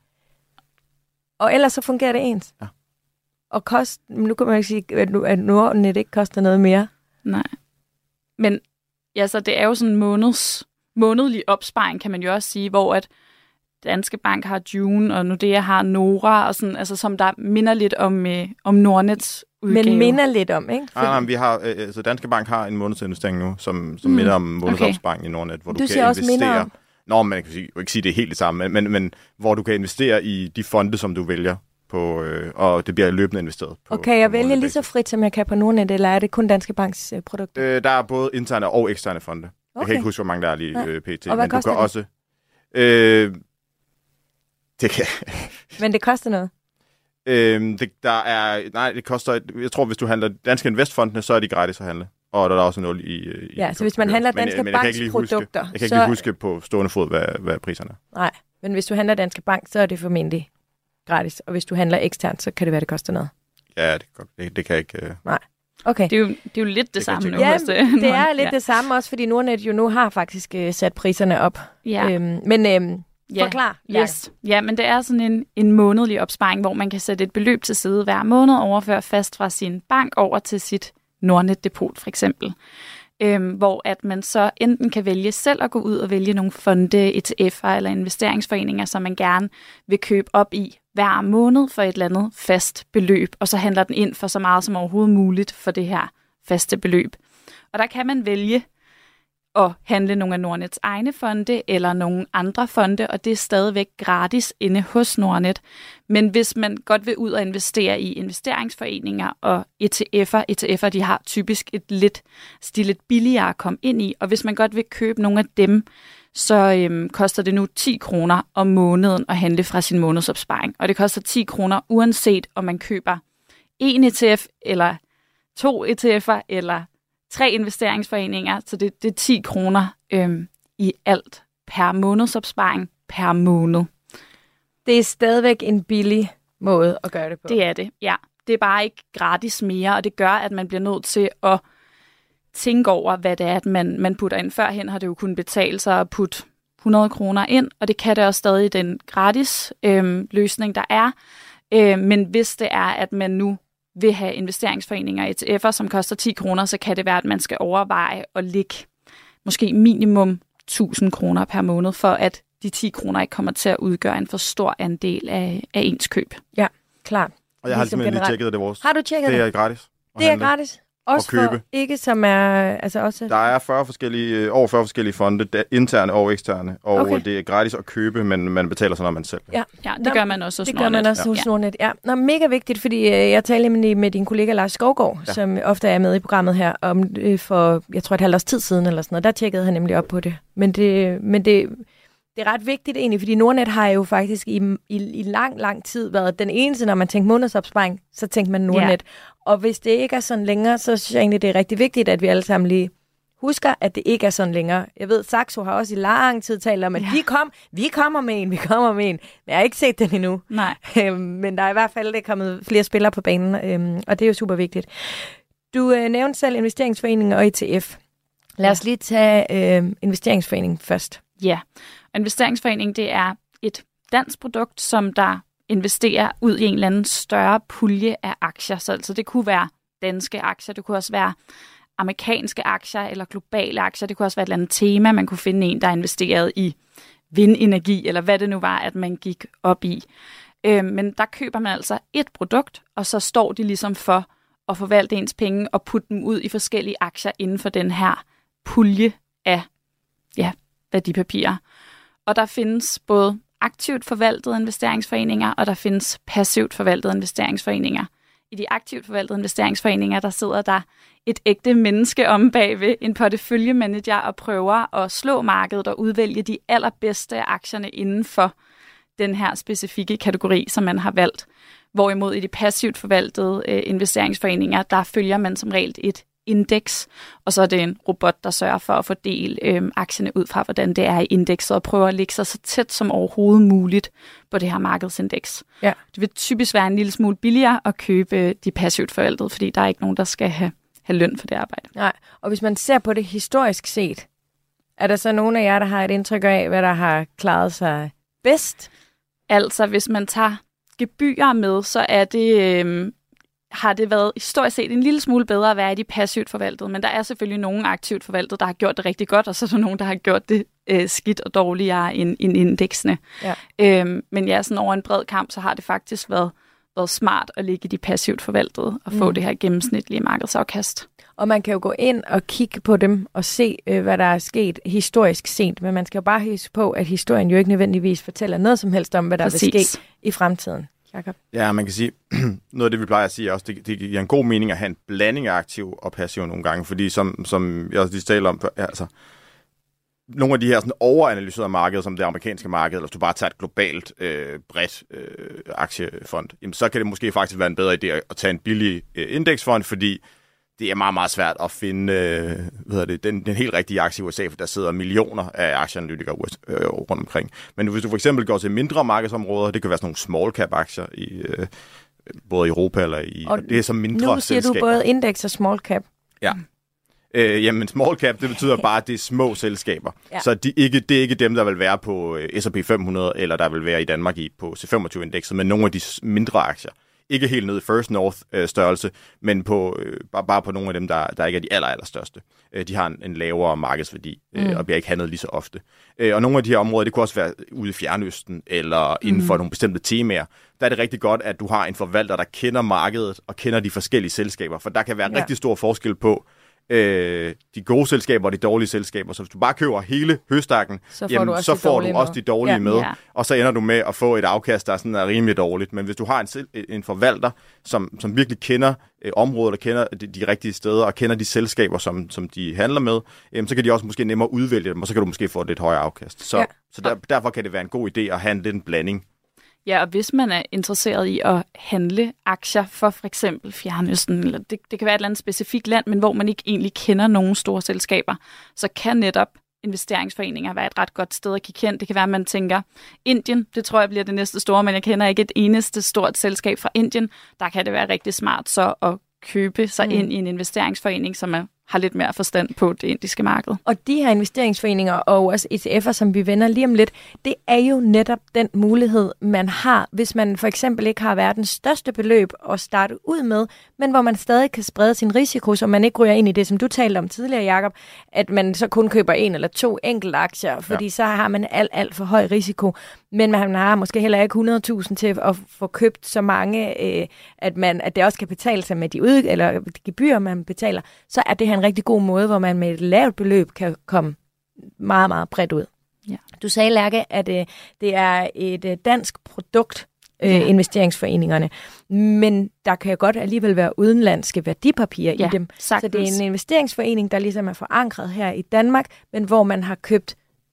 Og ellers så fungerer det ens. Ja. Og kost, nu kan man ikke sige, at Nordnet ikke koster noget mere. Nej. Men ja, så det er jo sådan en måneds, månedlig opsparing, kan man jo også sige, hvor at Danske Bank har June, og Nordea har Nora, og sådan, altså, som der minder lidt om, øh, om Nordnets udgave. Men minder lidt om, ikke? Fordi... Nej, nej, vi har, øh, altså Danske Bank har en månedsinvestering nu, som, som mm. minder om månedsopsparing okay. i Nordnet, hvor du, du kan investere... Om... Nå, man kan sige, ikke sige det helt det samme, men, men, men hvor du kan investere i de fonde, som du vælger, på, øh, og det bliver løbende investeret. På, okay, jeg vælger lige så frit, som jeg kan på Nordnet, eller er det kun Danske Banks øh, produkter? Øh, der er både interne og eksterne fonde. Okay. Jeg kan ikke huske, hvor mange der er lige øh, pt. Og hvad men koster du kan det? også... Øh, det kan... Men det koster noget? Øhm, det, der er, nej, det koster, jeg tror, hvis du handler Danske Investfondene, så er de gratis at handle. Og der er også nul i... i ja, så hvis man handler Danske men, Banks men produkter... Huske, jeg kan ikke så... lige huske på stående fod, hvad, hvad priserne er. Nej, men hvis du handler Danske Bank, så er det formentlig gratis. Og hvis du handler eksternt, så kan det være, det koster noget. Ja, det, det, det kan jeg ikke... Uh... Nej. Okay. Det er, jo, det er jo lidt det, det samme nu. Ja, det, det er lidt ja. det samme også, fordi Nordnet jo nu har faktisk uh, sat priserne op. Ja. Øhm, men øhm, ja. forklar. Yes. Ja, men det er sådan en, en månedlig opsparing, hvor man kan sætte et beløb til side hver måned, overføre fast fra sin bank over til sit Nordnet-depot for eksempel. Øhm, hvor at man så enten kan vælge selv at gå ud og vælge nogle fonde, E T F'er eller investeringsforeninger, som man gerne vil købe op i hver måned for et eller andet fast beløb, og så handler den ind for så meget som overhovedet muligt for det her faste beløb. Og der kan man vælge at handle nogle af Nordnets egne fonde eller nogle andre fonde, og det er stadigvæk gratis inde hos Nordnet. Men hvis man godt vil ud og investere i investeringsforeninger og E T F'er, E T F'er de har typisk et lidt, de lidt billigere at komme ind i, og hvis man godt vil købe nogle af dem, så øhm, koster det nu ti kroner om måneden at handle fra sin månedsopsparing. Og det koster ti kroner uanset om man køber en E T F eller to E T F'er eller tre investeringsforeninger, så det, det er ti kroner øhm, i alt per månedsopsparing per måned. Det er stadigvæk en billig måde at gøre det på. Det er det, ja. Det er bare ikke gratis mere, og det gør, at man bliver nødt til at tænke over, hvad det er, at man, man putter ind. Førhen har det jo kunnet betale sig at putte hundrede kroner ind, og det kan det også stadig den gratis øhm, løsning, der er. Øh, men hvis det er, at man nu vil have investeringsforeninger og E T F'er, som koster ti kroner, så kan det være, at man skal overveje at lægge måske minimum tusind kroner per måned, for at de ti kroner ikke kommer til at udgøre en for stor andel af, af ens køb. Ja, klart. Og jeg har ligesom lige tjekket det vores. Har du tjekket det? Det er gratis. Det er gratis. Også for ikke, som er... Altså også... Der er fyrre forskellige, over fyrre forskellige fonde, der interne og eksterne, og okay. det er gratis at købe, men man betaler så, når man selv. Ja, ja det gør man også hos Det Nordnet. gør man også ja. hos Nordnet, ja. Nå, mega vigtigt, fordi øh, jeg talte med, med din kollega Lars Skovgaard, ja. som ofte er med i programmet her, om øh, for, jeg tror, et halvt års tid siden, eller sådan noget. Der tjekkede han nemlig op på det. Men det... Men det Det er ret vigtigt egentlig, fordi Nordnet har jo faktisk i, i, i lang, lang tid været den eneste, når man tænker månedsopsparing, så tænker man Nordnet. Ja. Og hvis det ikke er sådan længere, så synes jeg egentlig, det er rigtig vigtigt, at vi alle sammen lige husker, at det ikke er sådan længere. Jeg ved, Saxo har også i lang tid talt om, at ja. de kom, vi kommer med en, vi kommer med en. Men jeg har ikke set den endnu. Nej. Men der er i hvert fald det er kommet flere spillere på banen, og det er jo super vigtigt. Du øh, nævnte selv investeringsforening og E T F. Lad os lige tage øh, investeringsforening først. Ja, investeringsforening, det er et dansk produkt, som der investerer ud i en eller anden større pulje af aktier. Så altså, det kunne være danske aktier, det kunne også være amerikanske aktier eller globale aktier. Det kunne også være et eller andet tema, man kunne finde en, der er investeret i vindenergi, eller hvad det nu var, at man gik op i. Øh, men der køber man altså et produkt, og så står de ligesom for at forvalte ens penge og putte dem ud i forskellige aktier inden for den her pulje af ja, værdipapirer. Og der findes både aktivt forvaltede investeringsforeninger, og der findes passivt forvaltede investeringsforeninger. I de aktivt forvaltede investeringsforeninger, der sidder der et ægte menneske om bagved en porteføljemanager og prøver at slå markedet og udvælge de allerbedste af aktierne inden for den her specifikke kategori, som man har valgt. Hvorimod i de passivt forvaltede øh, investeringsforeninger, der følger man som regel et indeks, og så er det en robot, der sørger for at fordele øh, aktierne ud fra, hvordan det er i indekset, og prøver at lægge sig så tæt som overhovedet muligt på det her markedsindeks. Ja. Det vil typisk være en lille smule billigere at købe de passivt forvaltede, fordi der er ikke nogen, der skal have, have løn for det arbejde. Nej, og hvis man ser på det historisk set, er der så nogen af jer, der har et indtryk af, hvad der har klaret sig bedst? Altså, hvis man tager gebyrer med, så er det... Øh, har det været historisk set en lille smule bedre at være i de passivt forvaltede, men der er selvfølgelig nogen aktivt forvaltede, der har gjort det rigtig godt, og så er der nogen, der har gjort det øh, skidt og dårligere end, end indeksene. Ja. Øhm, men ja, sådan over en bred kamp, så har det faktisk været, været smart at ligge i de passivt forvaltede og få mm. det her gennemsnitlige markedsafkast. Og man kan jo gå ind og kigge på dem og se, øh, hvad der er sket historisk sent, men man skal jo bare huske på, at historien jo ikke nødvendigvis fortæller noget som helst om, hvad der Præcis. vil ske i fremtiden. Jakob? Ja, man kan sige, noget af det, vi plejer at sige også, det, det giver en god mening at have en blanding af aktiv og passiv nogle gange, fordi som, som jeg også lige talte om, altså, nogle af de her sådan overanalyserede markeder, som det amerikanske marked, eller hvis du bare tager et globalt, øh, bredt øh, aktiefond, jamen, så kan det måske faktisk være en bedre idé at tage en billig øh, indeksfond, fordi det er meget, meget svært at finde øh, hvad hedder det, den, den helt rigtige aktie i U S A, for der sidder millioner af aktieanalytikere øh, rundt omkring. Men hvis du for eksempel går til mindre markedsområder, det kan være sådan nogle small cap aktier i øh, både i Europa eller i... Og det er så mindre nu siger selskaber. Du både indeks og small cap. Ja. Øh, jamen small cap, det betyder bare, at det er små selskaber. Ja. Så de ikke, det er ikke dem, der vil være på S og P fem hundrede, eller der vil være i Danmark i på C femogtyve-indekset, men nogle af de mindre aktier. Ikke helt ned i First North øh, størrelse, men på, øh, bare, bare på nogle af dem, der, der ikke er de aller, aller største. Øh, de har en, en lavere markedsværdi øh, mm. og bliver ikke handlet lige så ofte. Øh, og nogle af de her områder, det kunne også være ude i Fjernøsten eller inden for mm. nogle bestemte temaer. Der er det rigtig godt, at du har en forvalter, der kender markedet og kender de forskellige selskaber, for der kan være ja. rigtig stor forskel på øh, de gode selskaber og de dårlige selskaber. Så hvis du bare køber hele høstakken, så får jamen, du også, så de, får du også de dårlige ja. med, ja. og så ender du med at få et afkast, der er sådan er rimelig dårligt. Men hvis du har en, en forvalter, som, som virkelig kender øh, området og kender de, de rigtige steder og kender de selskaber, som, som de handler med, øh, så kan de også måske nemmere udvælge dem, og så kan du måske få et lidt højere afkast. Så, ja. så der, derfor kan det være en god idé at have en lidt blanding. Ja, og hvis man er interesseret i at handle aktier for for eksempel Fjernøsten, eller det, det kan være et eller andet specifikt land, men hvor man ikke egentlig kender nogen store selskaber, så kan netop investeringsforeninger være et ret godt sted at kigge hen. Det kan være, at man tænker, Indien, det tror jeg bliver det næste store, men jeg kender ikke et eneste stort selskab fra Indien. Der kan det være rigtig smart så at købe sig mm. ind i en investeringsforening, som er har lidt mere forstand på det indiske marked. Og de her investeringsforeninger og også E T F'er, som vi vender lige om lidt, det er jo netop den mulighed, man har, hvis man for eksempel ikke har verdens største beløb at starte ud med, men hvor man stadig kan sprede sin risiko, så man ikke ryger ind i det, som du talte om tidligere, Jakob, at man så kun køber en eller to enkelte aktier, fordi ja. så har man alt, alt for høj risiko. Men man har måske heller ikke hundrede tusind til at få købt så mange, øh, at, man, at det også kan betale sig med de, ud, eller de gebyrer, man betaler, så er det her en rigtig god måde, hvor man med et lavt beløb kan komme meget, meget bredt ud. Ja. Du sagde, Lærke, at øh, det er et øh, dansk produkt, øh, ja. investeringsforeningerne, men der kan jo godt alligevel være udenlandske værdipapirer ja, i dem. Sagtens. Så det er en investeringsforening, der ligesom er forankret her i Danmark, men hvor man har købt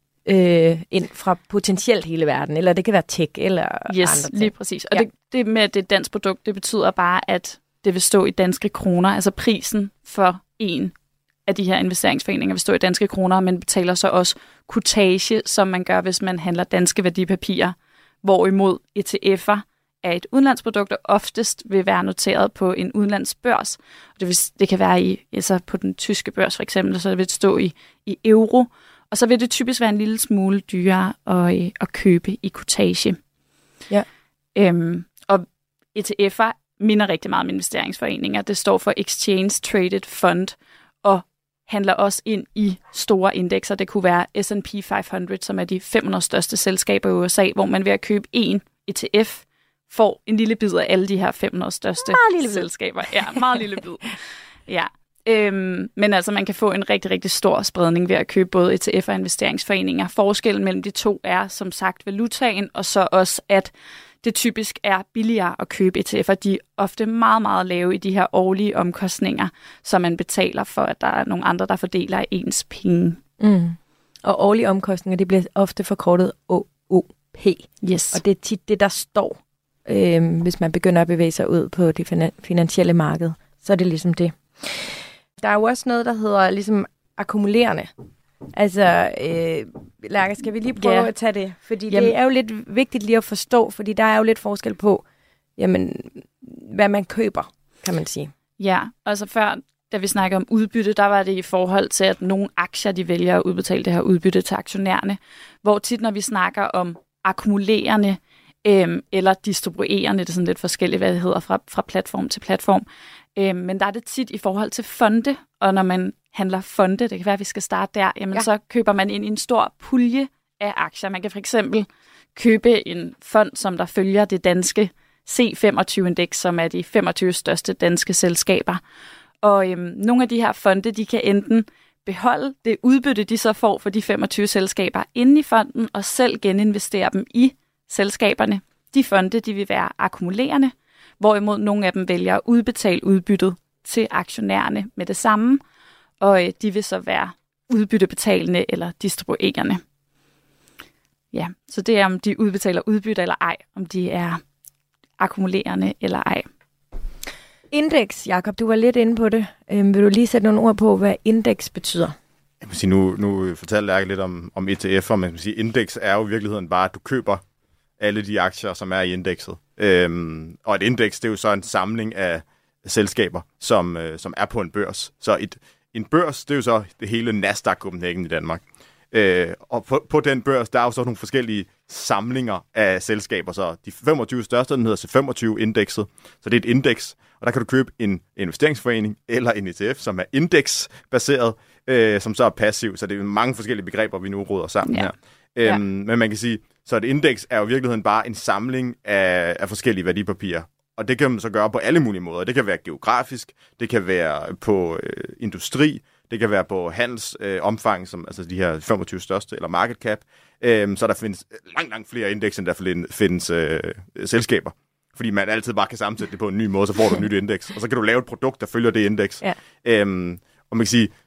øh, ind fra potentielt hele verden, eller det kan være tech eller yes, andre ting. Lige præcis. Og ja. det, det med, at det er et dansk produkt, det betyder bare, at det vil stå i danske kroner, altså prisen for en af de her investeringsforeninger vil stå i danske kroner, men betaler så også kutage, som man gør, hvis man handler danske værdipapirer, hvorimod E T F'er er et udenlandsprodukt, og oftest vil være noteret på en udenlandsbørs. Det, vil, det kan være i, altså på den tyske børs for eksempel, så det vil stå i, i euro, og så vil det typisk være en lille smule dyrere at, at købe i kutage. Ja. Øhm, og E T F'er minder rigtig meget om investeringsforeninger. Det står for Exchange Traded Fund, og handler også ind i store indekser. Det kunne være S and P fem hundrede, som er de fem hundrede største selskaber i U S A, hvor man ved at købe en E T F får en lille bid af alle de her fem hundrede største selskaber. Ja, meget lille bid. Ja. Øhm, men altså, man kan få en rigtig, rigtig stor spredning ved at købe både E T F og investeringsforeninger. Forskellen mellem de to er, som sagt, valutaen, og så også, at det typisk er billigere at købe E T F'er. De er ofte meget, meget lave i de her årlige omkostninger, som man betaler for, at der er nogle andre, der fordeler ens penge. Mm. Og årlige omkostninger, det bliver ofte forkortet O O P. Yes. Og det er tit det, der står, øh, hvis man begynder at bevæge sig ud på det finan- finansielle marked. Så er det ligesom det. Der er jo også noget, der hedder ligesom akkumulerende. Altså, øh, Lærke, skal vi lige prøve yeah. at tage det? Fordi jamen, det er jo lidt vigtigt lige at forstå, fordi der er jo lidt forskel på, jamen, hvad man køber, kan man sige. Ja, altså før, da vi snakker om udbytte, der var det i forhold til, at nogle aktier, de vælger at udbetale det her udbytte til aktionærerne. Hvor tit, når vi snakker om akkumulerende øh, eller distribuerende, det er sådan lidt forskelligt, hvad det hedder, fra, fra platform til platform. Øh, men der er det tit i forhold til fonde, og når man handler fonde, det kan være, at vi skal starte der, jamen ja. så køber man ind i en stor pulje af aktier. Man kan for eksempel købe en fond, som der følger det danske C femogtyve-indeks, som er de femogtyve største danske selskaber. Og øhm, nogle af de her fonde, de kan enten beholde det udbytte, de så får for de femogtyve selskaber inde i fonden, og selv geninvestere dem i selskaberne. De fonde, de vil være akkumulerende, hvorimod nogle af dem vælger at udbetale udbyttet til aktionærerne med det samme, og øh, de vil så være udbyttebetalende eller distribuerende. Ja, så det er, om de udbetaler udbytte eller ej, om de er akkumulerende eller ej. Indeks, Jakob, du var lidt inde på det. Øhm, vil du lige sætte nogle ord på, hvad indeks betyder? Jeg vil sige, nu, nu fortalte jeg lidt om, om E T F'er, men sige, indeks er jo i virkeligheden bare, at du køber alle de aktier, som er i indekset. Øhm, og et indeks, det er jo så en samling af selskaber, som, øh, som er på en børs. Så et, en børs, det er jo så det hele Nasdaq Copenhagen i Danmark. Øh, og på, på den børs, der er jo så nogle forskellige samlinger af selskaber. Så de femogtyve største, den hedder C femogtyve-indekset. Så det er et indeks, og der kan du købe en investeringsforening eller en E T F, som er indeksbaseret, øh, som så er passiv. Så det er mange forskellige begreber, vi nu råder sammen ja. her. Øhm, ja. Men man kan sige, så et indeks er jo i virkeligheden bare en samling af, af forskellige værdipapirer. Og det kan man så gøre på alle mulige måder. Det kan være geografisk, det kan være på øh, industri, det kan være på handelsomfang, øh, som altså de her femogtyve største, eller market cap. Øh, så der findes langt, langt flere indeks, end der findes øh, selskaber. Fordi man altid bare kan sammensætte det på en ny måde, så får du et nyt indeks. Og så kan du lave et produkt, der følger det indeks. Ja. Øh, og man kan sige,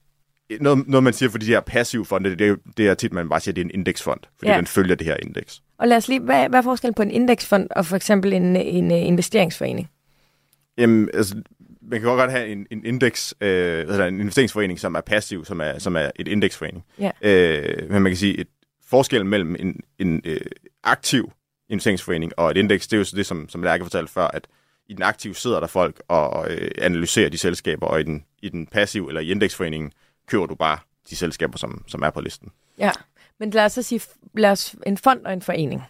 noget, noget man siger for de her passive fonde, det er, det er tit, man bare siger, det er en indeksfond, fordi ja. den følger det her indeks. Og lad os lige, hvad, hvad er forskellen på en indeksfond og for eksempel en, en investeringsforening? Jamen, altså, man kan godt have en, en indeks, øh, altså en investeringsforening, som er passiv, som er, som er et indeksforening. Ja. Øh, men man kan sige, et forskel mellem en, en øh, aktiv investeringsforening og et indeks, det er jo så det, som, som Lærke fortalte før, at i den aktive sidder der folk og øh, analyserer de selskaber, og i den, i den passive eller i indeksforeningen køber du bare de selskaber, som, som er på listen. Ja, men lad os så sige, lad os en fond og en forening.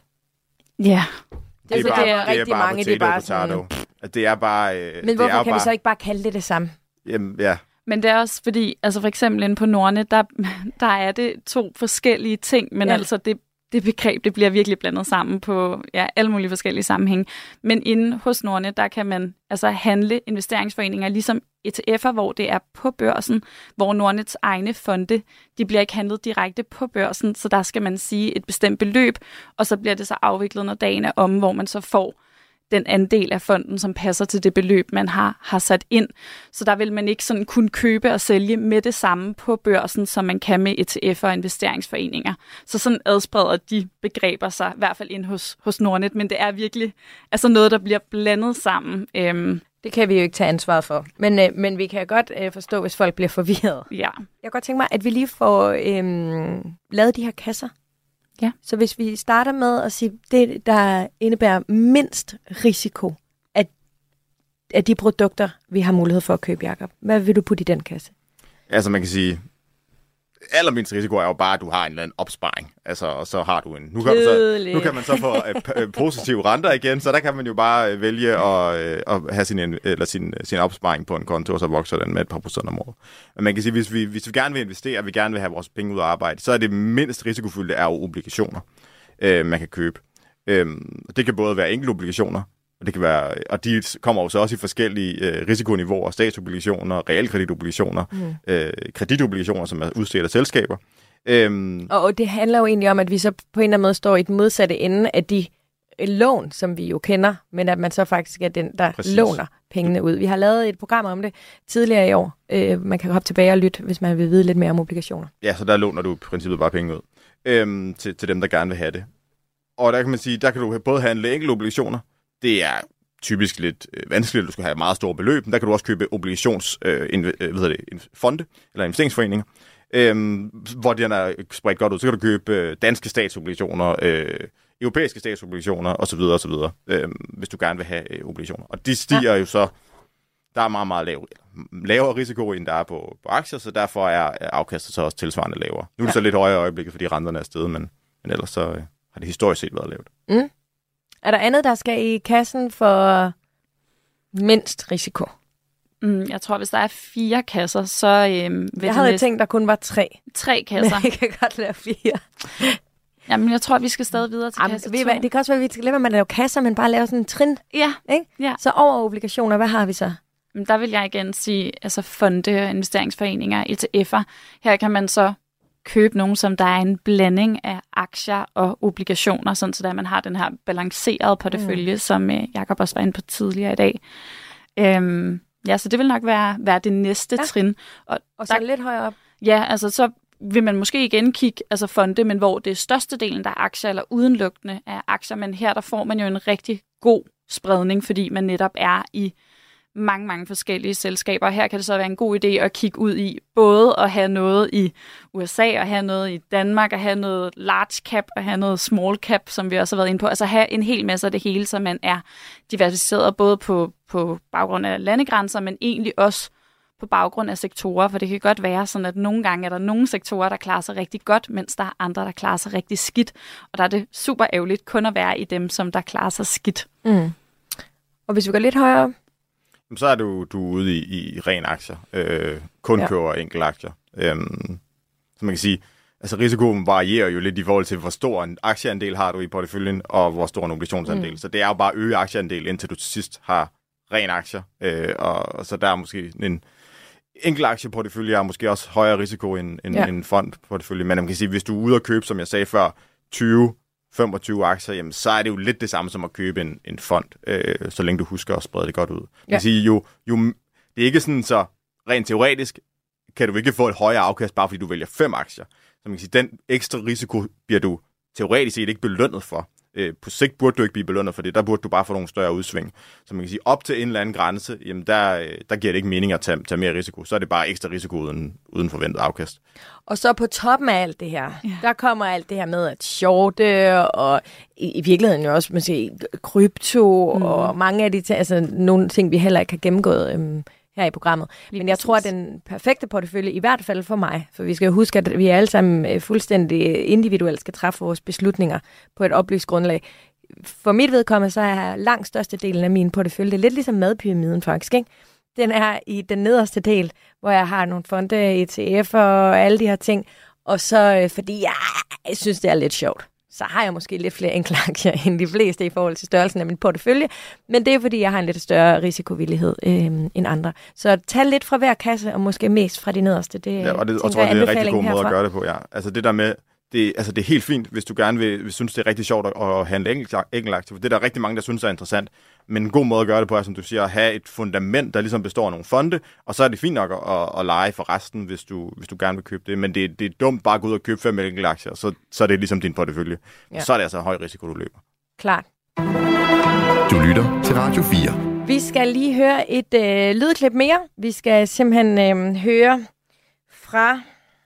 Ja. Det, det er, bare, det er rigtig det er bare mange, det er bare sådan... At det er bare... Øh, men hvorfor det er kan bare... vi så ikke bare kalde det det samme? Jamen, ja. Men det er også fordi, altså for eksempel inde på Nordnet, der, der er det to forskellige ting, men ja. altså det, det begreb, det bliver virkelig blandet sammen på ja, alle mulige forskellige sammenhænge. Men inde hos Nordnet, der kan man altså handle investeringsforeninger ligesom E T F'er, hvor det er på børsen, hvor Nordnets egne fonde, de bliver ikke handlet direkte på børsen, så der skal man sige et bestemt beløb, og så bliver det så afviklet, når dagen er om, hvor man så får den andel af fonden, som passer til det beløb, man har, har sat ind. Så der vil man ikke sådan kunne købe og sælge med det samme på børsen, som man kan med E T F'er og investeringsforeninger. Så sådan adspreder de begreber sig, i hvert fald ind hos, hos Nordnet, men det er virkelig altså noget, der bliver blandet sammen. Øhm. Det kan vi jo ikke tage ansvaret for, men, øh, men vi kan godt øh, forstå, hvis folk bliver forvirret. Ja. Jeg kan godt tænke mig, at vi lige får øh, lavet de her kasser. Ja. Så hvis vi starter med at sige, det der indebærer mindst risiko af, af de produkter, vi har mulighed for at købe, Jakob. Hvad vil du putte i den kasse? Altså man kan sige, allermindst risiko er jo bare, at du har en eller anden opsparing. Altså, og så har du en... Nu kan, så, nu kan man så få uh, positive renter igen, så der kan man jo bare vælge at, uh, at have sin, eller sin, sin opsparing på en konto, og så vokser den med et par procent om året. Men man kan sige, hvis vi, hvis vi gerne vil investere, og vi gerne vil have vores penge ud at arbejde, så er det mindst risikofyldte er jo obligationer, uh, man kan købe. Um, det kan både være enkelte obligationer, og det kan være, og de kommer jo så også i forskellige øh, risikoniveauer, statsobligationer, realkreditobligationer, mm. øh, kreditobligationer, som er udstedt af selskaber. Øhm, og det handler jo egentlig om, at vi så på en eller anden måde står i den modsatte ende af de lån, som vi jo kender, men at man så faktisk er den, der Præcis. låner pengene ud. Vi har lavet et program om det tidligere i år. Øh, man kan hoppe tilbage og lytte, hvis man vil vide lidt mere om obligationer. Ja, så der låner du i princippet bare penge ud øhm, til, til dem, der gerne vil have det. Og der kan man sige, der kan du både handle enkelte obligationer. Det er typisk lidt øh, vanskeligt, at du skal have meget store beløb. Der kan du også købe obligationsfonde, øh, øh, hvad det, fonde, eller investeringsforeninger, øh, hvor den er spredt godt ud. Så kan du købe øh, danske statsobligationer, øh, europæiske statsobligationer osv. osv. Øh, hvis du gerne vil have øh, obligationer. Og de stiger ja. jo så, der er meget, meget lav, lavere risiko, end der er på, på aktier, så derfor er afkastet så også tilsvarende lavere. Nu er det ja. så lidt højere i øjeblikket, fordi renterne er steget, men, men ellers så øh, har det historisk set været lavt. Mm. Er der andet, der skal i kassen for mindst risiko? Mm, jeg tror, hvis der er fire kasser, så... Øhm, jeg havde næste... tænkt, der kun var tre. Tre kasser. Men jeg kan godt lave fire. Jamen, jeg tror, vi skal stadig videre til Jamen, kasse to. Det kan også være, at vi skal lade med at lave kasser, men bare lave sådan en trin. Ja. Ikke? ja. Så over obligationer, hvad har vi så? Der vil jeg igen sige, altså fonde, investeringsforeninger, E T F'er. Her kan man så købe nogen, som der er en blanding af aktier og obligationer, sådan så der man har den her balancerede portefølje, mm. som uh, Jakob også var inde på tidligere i dag. Øhm, ja, så det vil nok være, være det næste ja. trin. Og, og så der, lidt højere op. Ja, altså så vil man måske igen kigge altså fonde, men hvor det er størstedelen, der er aktier, eller udelukkende af aktier, men her der får man jo en rigtig god spredning, fordi man netop er i mange, mange forskellige selskaber. Her kan det så være en god idé at kigge ud i både at have noget i U S A, og have noget i Danmark, og have noget large cap, og have noget small cap, som vi også har været inde på. Altså have en hel masse af det hele, så man er diversificeret både på, på baggrund af landegrænser, men egentlig også på baggrund af sektorer, for det kan godt være sådan, at nogle gange er der nogle sektorer, der klarer sig rigtig godt, mens der er andre, der klarer sig rigtig skidt. Og der er det super ærgerligt kun at være i dem, som der klarer sig skidt. Mm. Og hvis vi går lidt højere, så er du, du er ude i, i ren aktier. Øh, kun ja. køber enkelte aktier. Øhm, så man kan sige, altså risikoen varierer jo lidt i forhold til, hvor stor en aktieandel har du i porteføljen, og hvor stor en obligationsandel. Mm. Så det er jo bare at øge aktieandel, indtil du til sidst har ren aktier. Øh, og, og så der er måske en enkelt aktieportefølje er måske også højere risiko end, end ja. en fondportefølje. Men man kan sige, hvis du er ude at købe, som jeg sagde før, tyve femogtyve aktier, jamen, så er det jo lidt det samme som at købe en, en fond, øh, så længe du husker at sprede det godt ud. Man ja. kan sige, jo, jo, det er ikke sådan, så rent teoretisk kan du ikke få et højere afkast, bare fordi du vælger fem aktier. Så man kan sige, den ekstra risiko bliver du teoretisk set ikke belønnet for. Øh, på sigt burde du ikke blive belønnet for det, der burde du bare få nogle større udsving. Så man kan sige, op til en eller anden grænse, jamen der, der giver det ikke mening at tage, tage mere risiko. Så er det bare ekstra risiko uden, uden forventet afkast. Og så på toppen af alt det her, ja. der kommer alt det her med at shorte, og i, i virkeligheden jo også måske krypto, mm. og mange af de altså nogle ting, vi heller ikke har gennemgået øhm, her i programmet. Lige Men jeg præcis. tror, at den perfekte portefølje, i hvert fald for mig, for vi skal jo huske, at vi alle sammen fuldstændig individuelt skal træffe vores beslutninger på et oplyst grundlag. For mit vedkommende, så er langt størstedelen af min portefølje, det er lidt ligesom madpyramiden faktisk, ikke? Den er i den nederste del, hvor jeg har nogle fonde, E T F'er og alle de her ting. Og så, fordi jeg, jeg synes, det er lidt sjovt, så har jeg måske lidt flere enkle aktier end de fleste i forhold til størrelsen af min portefølje. Men det er, fordi jeg har en lidt større risikovillighed øh, end andre. Så tag lidt fra hver kasse, og måske mest fra de nederste. Det, ja, og det og tror jeg, det er en rigtig god måde at gøre det på, ja. Altså det der med, det, altså det er helt fint, hvis du gerne vil, vil synes, det er rigtig sjovt at handle enkeltaktier. Det er der rigtig mange, der synes er interessant. Men en god måde at gøre det på er, som du siger, at have et fundament, der ligesom består af nogle fonde, og så er det fint nok at, at, at lege for resten, hvis du, hvis du gerne vil købe det. Men det, det er dumt bare at gå ud og købe fem enkeltaktier, så, så er det ligesom din portefølje. Ja. Så er det altså høj risiko, du løber. Klart. Du lytter til Radio fire. Vi skal lige høre et øh, lydklip mere. Vi skal simpelthen øh, høre fra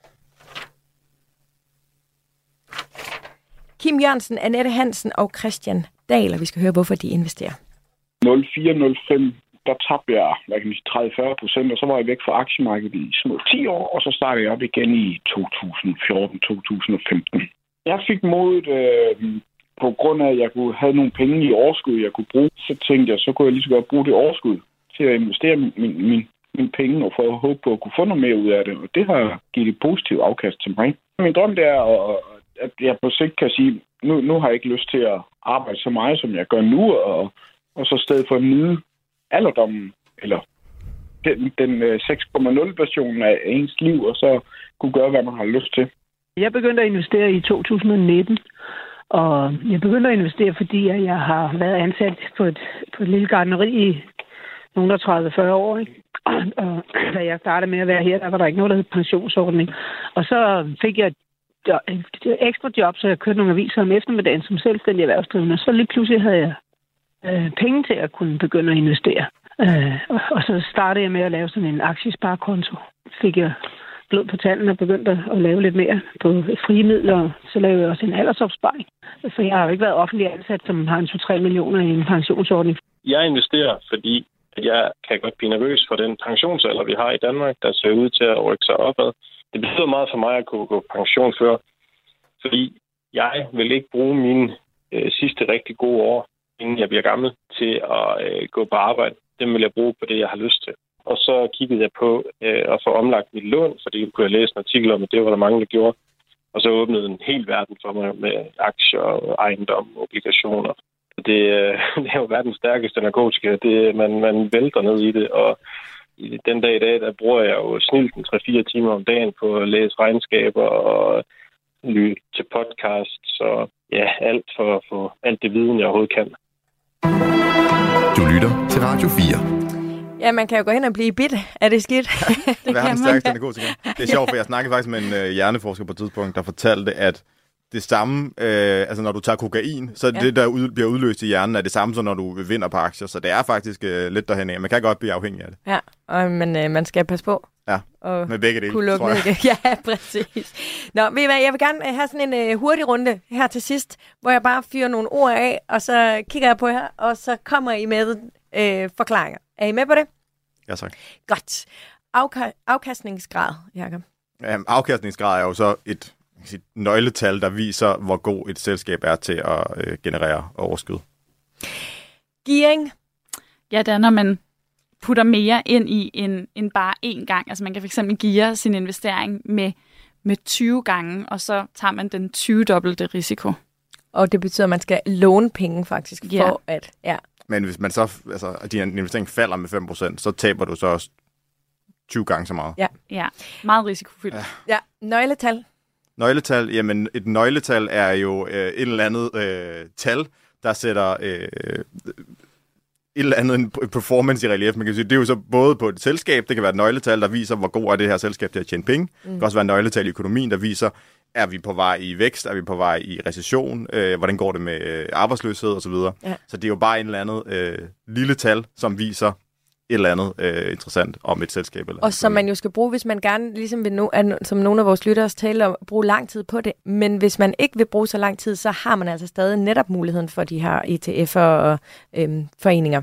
Kim Jørgensen, Annette Hansen og Christian Dahl, og vi skal høre, hvorfor de investerer. nul fire nul fem, der tabte jeg tredive til fyrre procent, og så var jeg væk fra aktiemarkedet i små ti år, og så startede jeg op igen i to tusind og fjorten til to tusind og femten. Jeg fik modet øh, på grund af, at jeg kunne have nogle penge i overskud, jeg kunne bruge. Så tænkte jeg, så kunne jeg lige så godt bruge det overskud til at investere min, min, min penge, og for at håbe på at kunne få noget mere ud af det. Og det har givet et positivt afkast til mig. Min drøm det er, at jeg på sigt kan sige, nu, nu har jeg ikke lyst til at arbejde så meget, som jeg gør nu, og og så i stedet for at nyde alderdommen, eller den, den seks komma nul version af ens liv, og så kunne gøre, hvad man har lyst til. Jeg begyndte at investere i to tusind og nitten, Og jeg begyndte at investere, fordi jeg har været ansat på et, på et lille gartneri i nogle tredive til fyrre år. Ikke? Og, og da jeg startede med at være her, der var der ikke noget, der hed pensionsordning. Og så fik jeg et, et ekstra job, så jeg kørte nogle aviser om eftermiddagen som selvstændig erhvervsdrivende. Så lige pludselig havde jeg øh, penge til at kunne begynde at investere. Øh, og, og så startede jeg med at lave sådan en aktiesparekonto. Fik jeg blod på tanden og begyndte at lave lidt mere på frie midler. Så lavede jeg også en aldersopsparing. For jeg har jo ikke været offentlig ansat, som har en to til tre millioner i en pensionsordning. Jeg investerer, fordi jeg kan godt blive nervøs for den pensionsalder, vi har i Danmark, der ser ud til at rykke sig opad. Det betyder meget for mig at kunne gå pension før, fordi jeg vil ikke bruge mine øh, sidste rigtig gode år, inden jeg bliver gammel, til at øh, gå på arbejde. Dem vil jeg bruge på det, jeg har lyst til. Og så kiggede jeg på øh, at få omlagt mit lån, fordi kunne jeg læse en artikel om, at det var der mange, der gjorde. Og så åbnede en hel verden for mig med aktier, ejendom, obligationer. Det, øh, det er jo verdens stærkeste narkotika. Det, man, man vælter ned i det, og i den dag i dag, der bruger jeg jo snildt tre til fire timer om dagen på at læse regnskaber og lytte til podcast. Så ja, alt for at få alt det viden, jeg overhovedet kan. Du lytter til Radio fire. Ja, man kan jo gå hen og blive bit. Er det skidt? Ja, det verdens stærkeste narkotika. Det er sjovt, for jeg snakkede faktisk med en øh, hjerneforsker på et tidspunkt, der fortalte, at det samme, øh, altså når du tager kokain, så ja. det, der ud, bliver udløst i hjernen, er det samme, som når du vinder på aktier. Så det er faktisk øh, lidt derhen af. Man kan godt blive afhængig af det. Ja, og, men øh, man skal passe på. Ja, og med begge dele, tror jeg. Ja, præcis. Nå, ved I hvad, jeg vil gerne have sådan en øh, hurtig runde her til sidst, hvor jeg bare fyrer nogle ord af, og så kigger jeg på jer, og så kommer I med øh, forklaringer. Er I med på det? Ja, tak. Godt. Afka- afkastningsgrad, Jakob. Um, afkastningsgrad er jo så et sige, nøgletal, der viser, hvor god et selskab er til at øh, generere overskud. Gearing? Ja, det er, når man putter mere ind i end, end bare én gang. Altså man kan fx geare sin investering med, med tyve gange, og så tager man den tyve-dobbelte risiko. Og det betyder, at man skal låne penge faktisk ja. for at... Ja. Men hvis man så, altså, at din investering falder med fem procent, så taber du så også tyve gange så meget. Ja, ja. Meget risikofyldt. Ja. ja. Nøgletal? Nøgletal, jamen et nøgletal er jo øh, et eller andet øh, tal, der sætter øh, et eller andet en performance i relief. Man kan sige, det er jo så både på et selskab, det kan være et nøgletal, der viser, hvor god er det her selskab til at tjene penge. Mm. Det kan også være et nøgletal i økonomien, der viser, er vi på vej i vækst, er vi på vej i recession, øh, hvordan går det med øh, arbejdsløshed osv. Ja. Så det er jo bare en eller andet øh, lille tal, som viser et eller andet øh, interessant om et selskab. Eller og som man jo skal bruge, hvis man gerne, ligesom vil no, som nogle af vores lyttere taler om, bruge lang tid på det. Men hvis man ikke vil bruge så lang tid, så har man altså stadig netop muligheden for de her E T F'er og øhm, foreninger.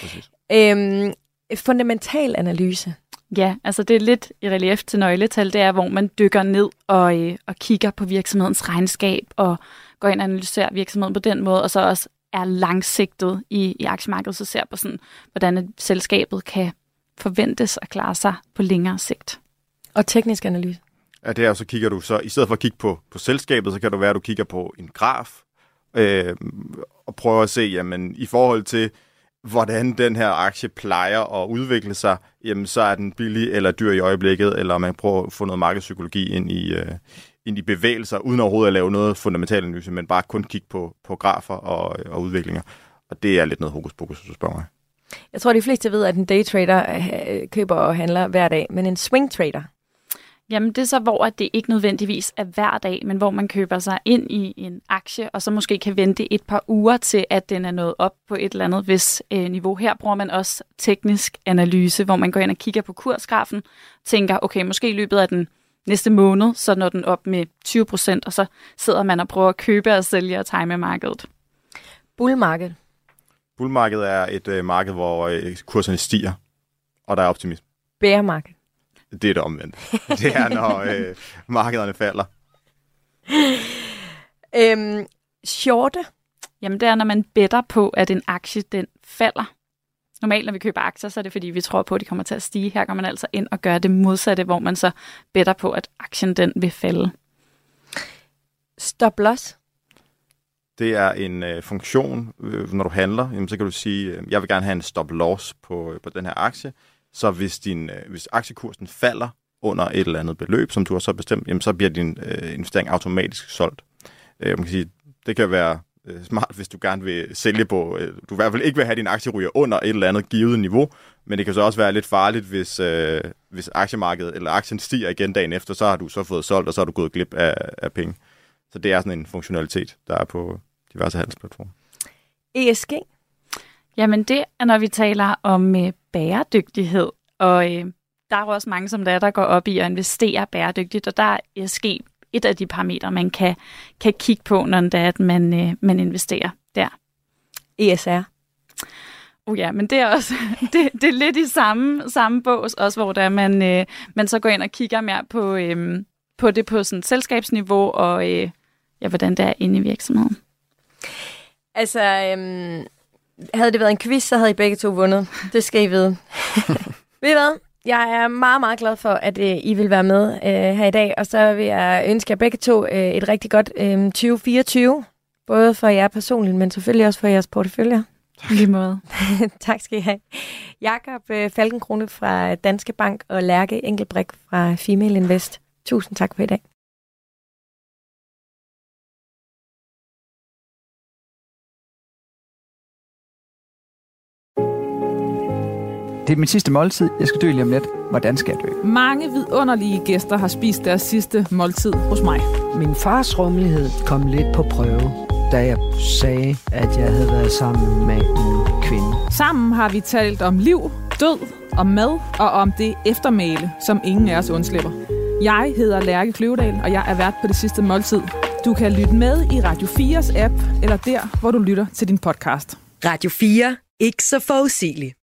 Øhm, fundamental analyse. Ja, altså det er lidt i relief til nøgletal, det er, hvor man dykker ned og, øh, og kigger på virksomhedens regnskab og går ind og analyserer virksomheden på den måde, og så også er langsigtet i, i aktiemarkedet, så ser på sådan, hvordan selskabet kan forventes at klare sig på længere sigt. Og teknisk analyse? Ja, det er, så kigger du så, i stedet for at kigge på, på selskabet, så kan det være, at du kigger på en graf, øh, og prøver at se, jamen i forhold til, hvordan den her aktie plejer at udvikle sig, jamen så er den billig eller dyr i øjeblikket, eller man prøver at få noget markedspsykologi ind i, øh, ind i bevægelser, uden overhovedet at lave noget fundamental analyse, men bare kun kigge på, på grafer og, og udviklinger. Og det er lidt noget hokus pokus, hvis du spørger mig. Jeg tror, de fleste ved, at en daytrader øh, køber og handler hver dag, men en swingtrader? Jamen det er så, hvor det ikke nødvendigvis er hver dag, men hvor man køber sig ind i en aktie, og så måske kan vente et par uger til, at den er nået op på et eller andet vis øh, niveau. Her bruger man også teknisk analyse, hvor man går ind og kigger på kursgrafen, tænker, okay, måske i løbet af den næste måned, så når den op med tyve procent, og så sidder man og prøver at købe og sælge og time markedet. Bullmarked? Bullmarked er et øh, marked, hvor øh, kurserne stiger, og der er optimisme. Bear market? Det er det omvendt. Det er, når øh, markederne falder. Øhm, shorte? Jamen, det er, når man better på, at en aktie, den falder. Normalt, når vi køber aktier, så er det, fordi vi tror på, at de kommer til at stige. Her går man altså ind og gør det modsatte, hvor man så better på, at aktien, den vil falde. Stop loss? Det er en øh, funktion, øh, når du handler, jamen, så kan du sige, øh, jeg vil gerne have en stop loss på, øh, på den her aktie. Så hvis, din, øh, hvis aktiekursen falder under et eller andet beløb, som du har så bestemt, jamen, så bliver din øh, investering automatisk solgt. Øh, man kan sige, Det kan være øh, smart, hvis du gerne vil sælge på... Øh, du i hvert fald ikke vil have din aktie ryger under et eller andet givet niveau, men det kan så også være lidt farligt, hvis, øh, hvis aktiemarkedet eller aktien stiger igen dagen efter, så har du så fået solgt, og så har du gået glip af, af penge. Så det er sådan en funktionalitet, der er på diverse handelsplatforme. E S G? Jamen det er, når vi taler om øh, bæredygtighed, og øh, der er også mange, som der, der går op i at investere bæredygtigt, og der er E S G et af de parametre, man kan, kan kigge på, når det er, at man, øh, man investerer der. E S R? Oh ja, men det er også det, det er lidt i samme, samme bås, også hvor der man, øh, man så går ind og kigger mere på, øh, på det på sådan selskabsniveau, og øh, ja, hvordan det er inde i virksomheden. Altså, øhm, havde det været en quiz, så havde I begge to vundet. Det skal I vide. Ved I hvad? Jeg er meget, meget glad for, at øh, I vil være med øh, her i dag, og så vil jeg ønske jer begge to øh, et rigtig godt øh, tyve fireogtyve, både for jer personligt, men selvfølgelig også for jeres porteføljer. Lige måde. Tak skal I have. Jakob øh, Falkenkrone fra Danske Bank og Lærke Engelbrecht fra Female Invest. Tusind tak for i dag. Det er min sidste måltid. Jeg skal dø lige om lidt. Hvordan skal jeg dø? Mange vidunderlige gæster har spist deres sidste måltid hos mig. Min fars rummelighed kom lidt på prøve, da jeg sagde, at jeg havde været sammen med en kvinde. Sammen har vi talt om liv, død, om mad og om det eftermæle, som ingen af os undslipper. Jeg hedder Lærke Kløvedal, og jeg er vært på Det Sidste Måltid. Du kan lytte med i Radio fires app, eller der, hvor du lytter til din podcast. Radio fire. Ikke så forudsigeligt.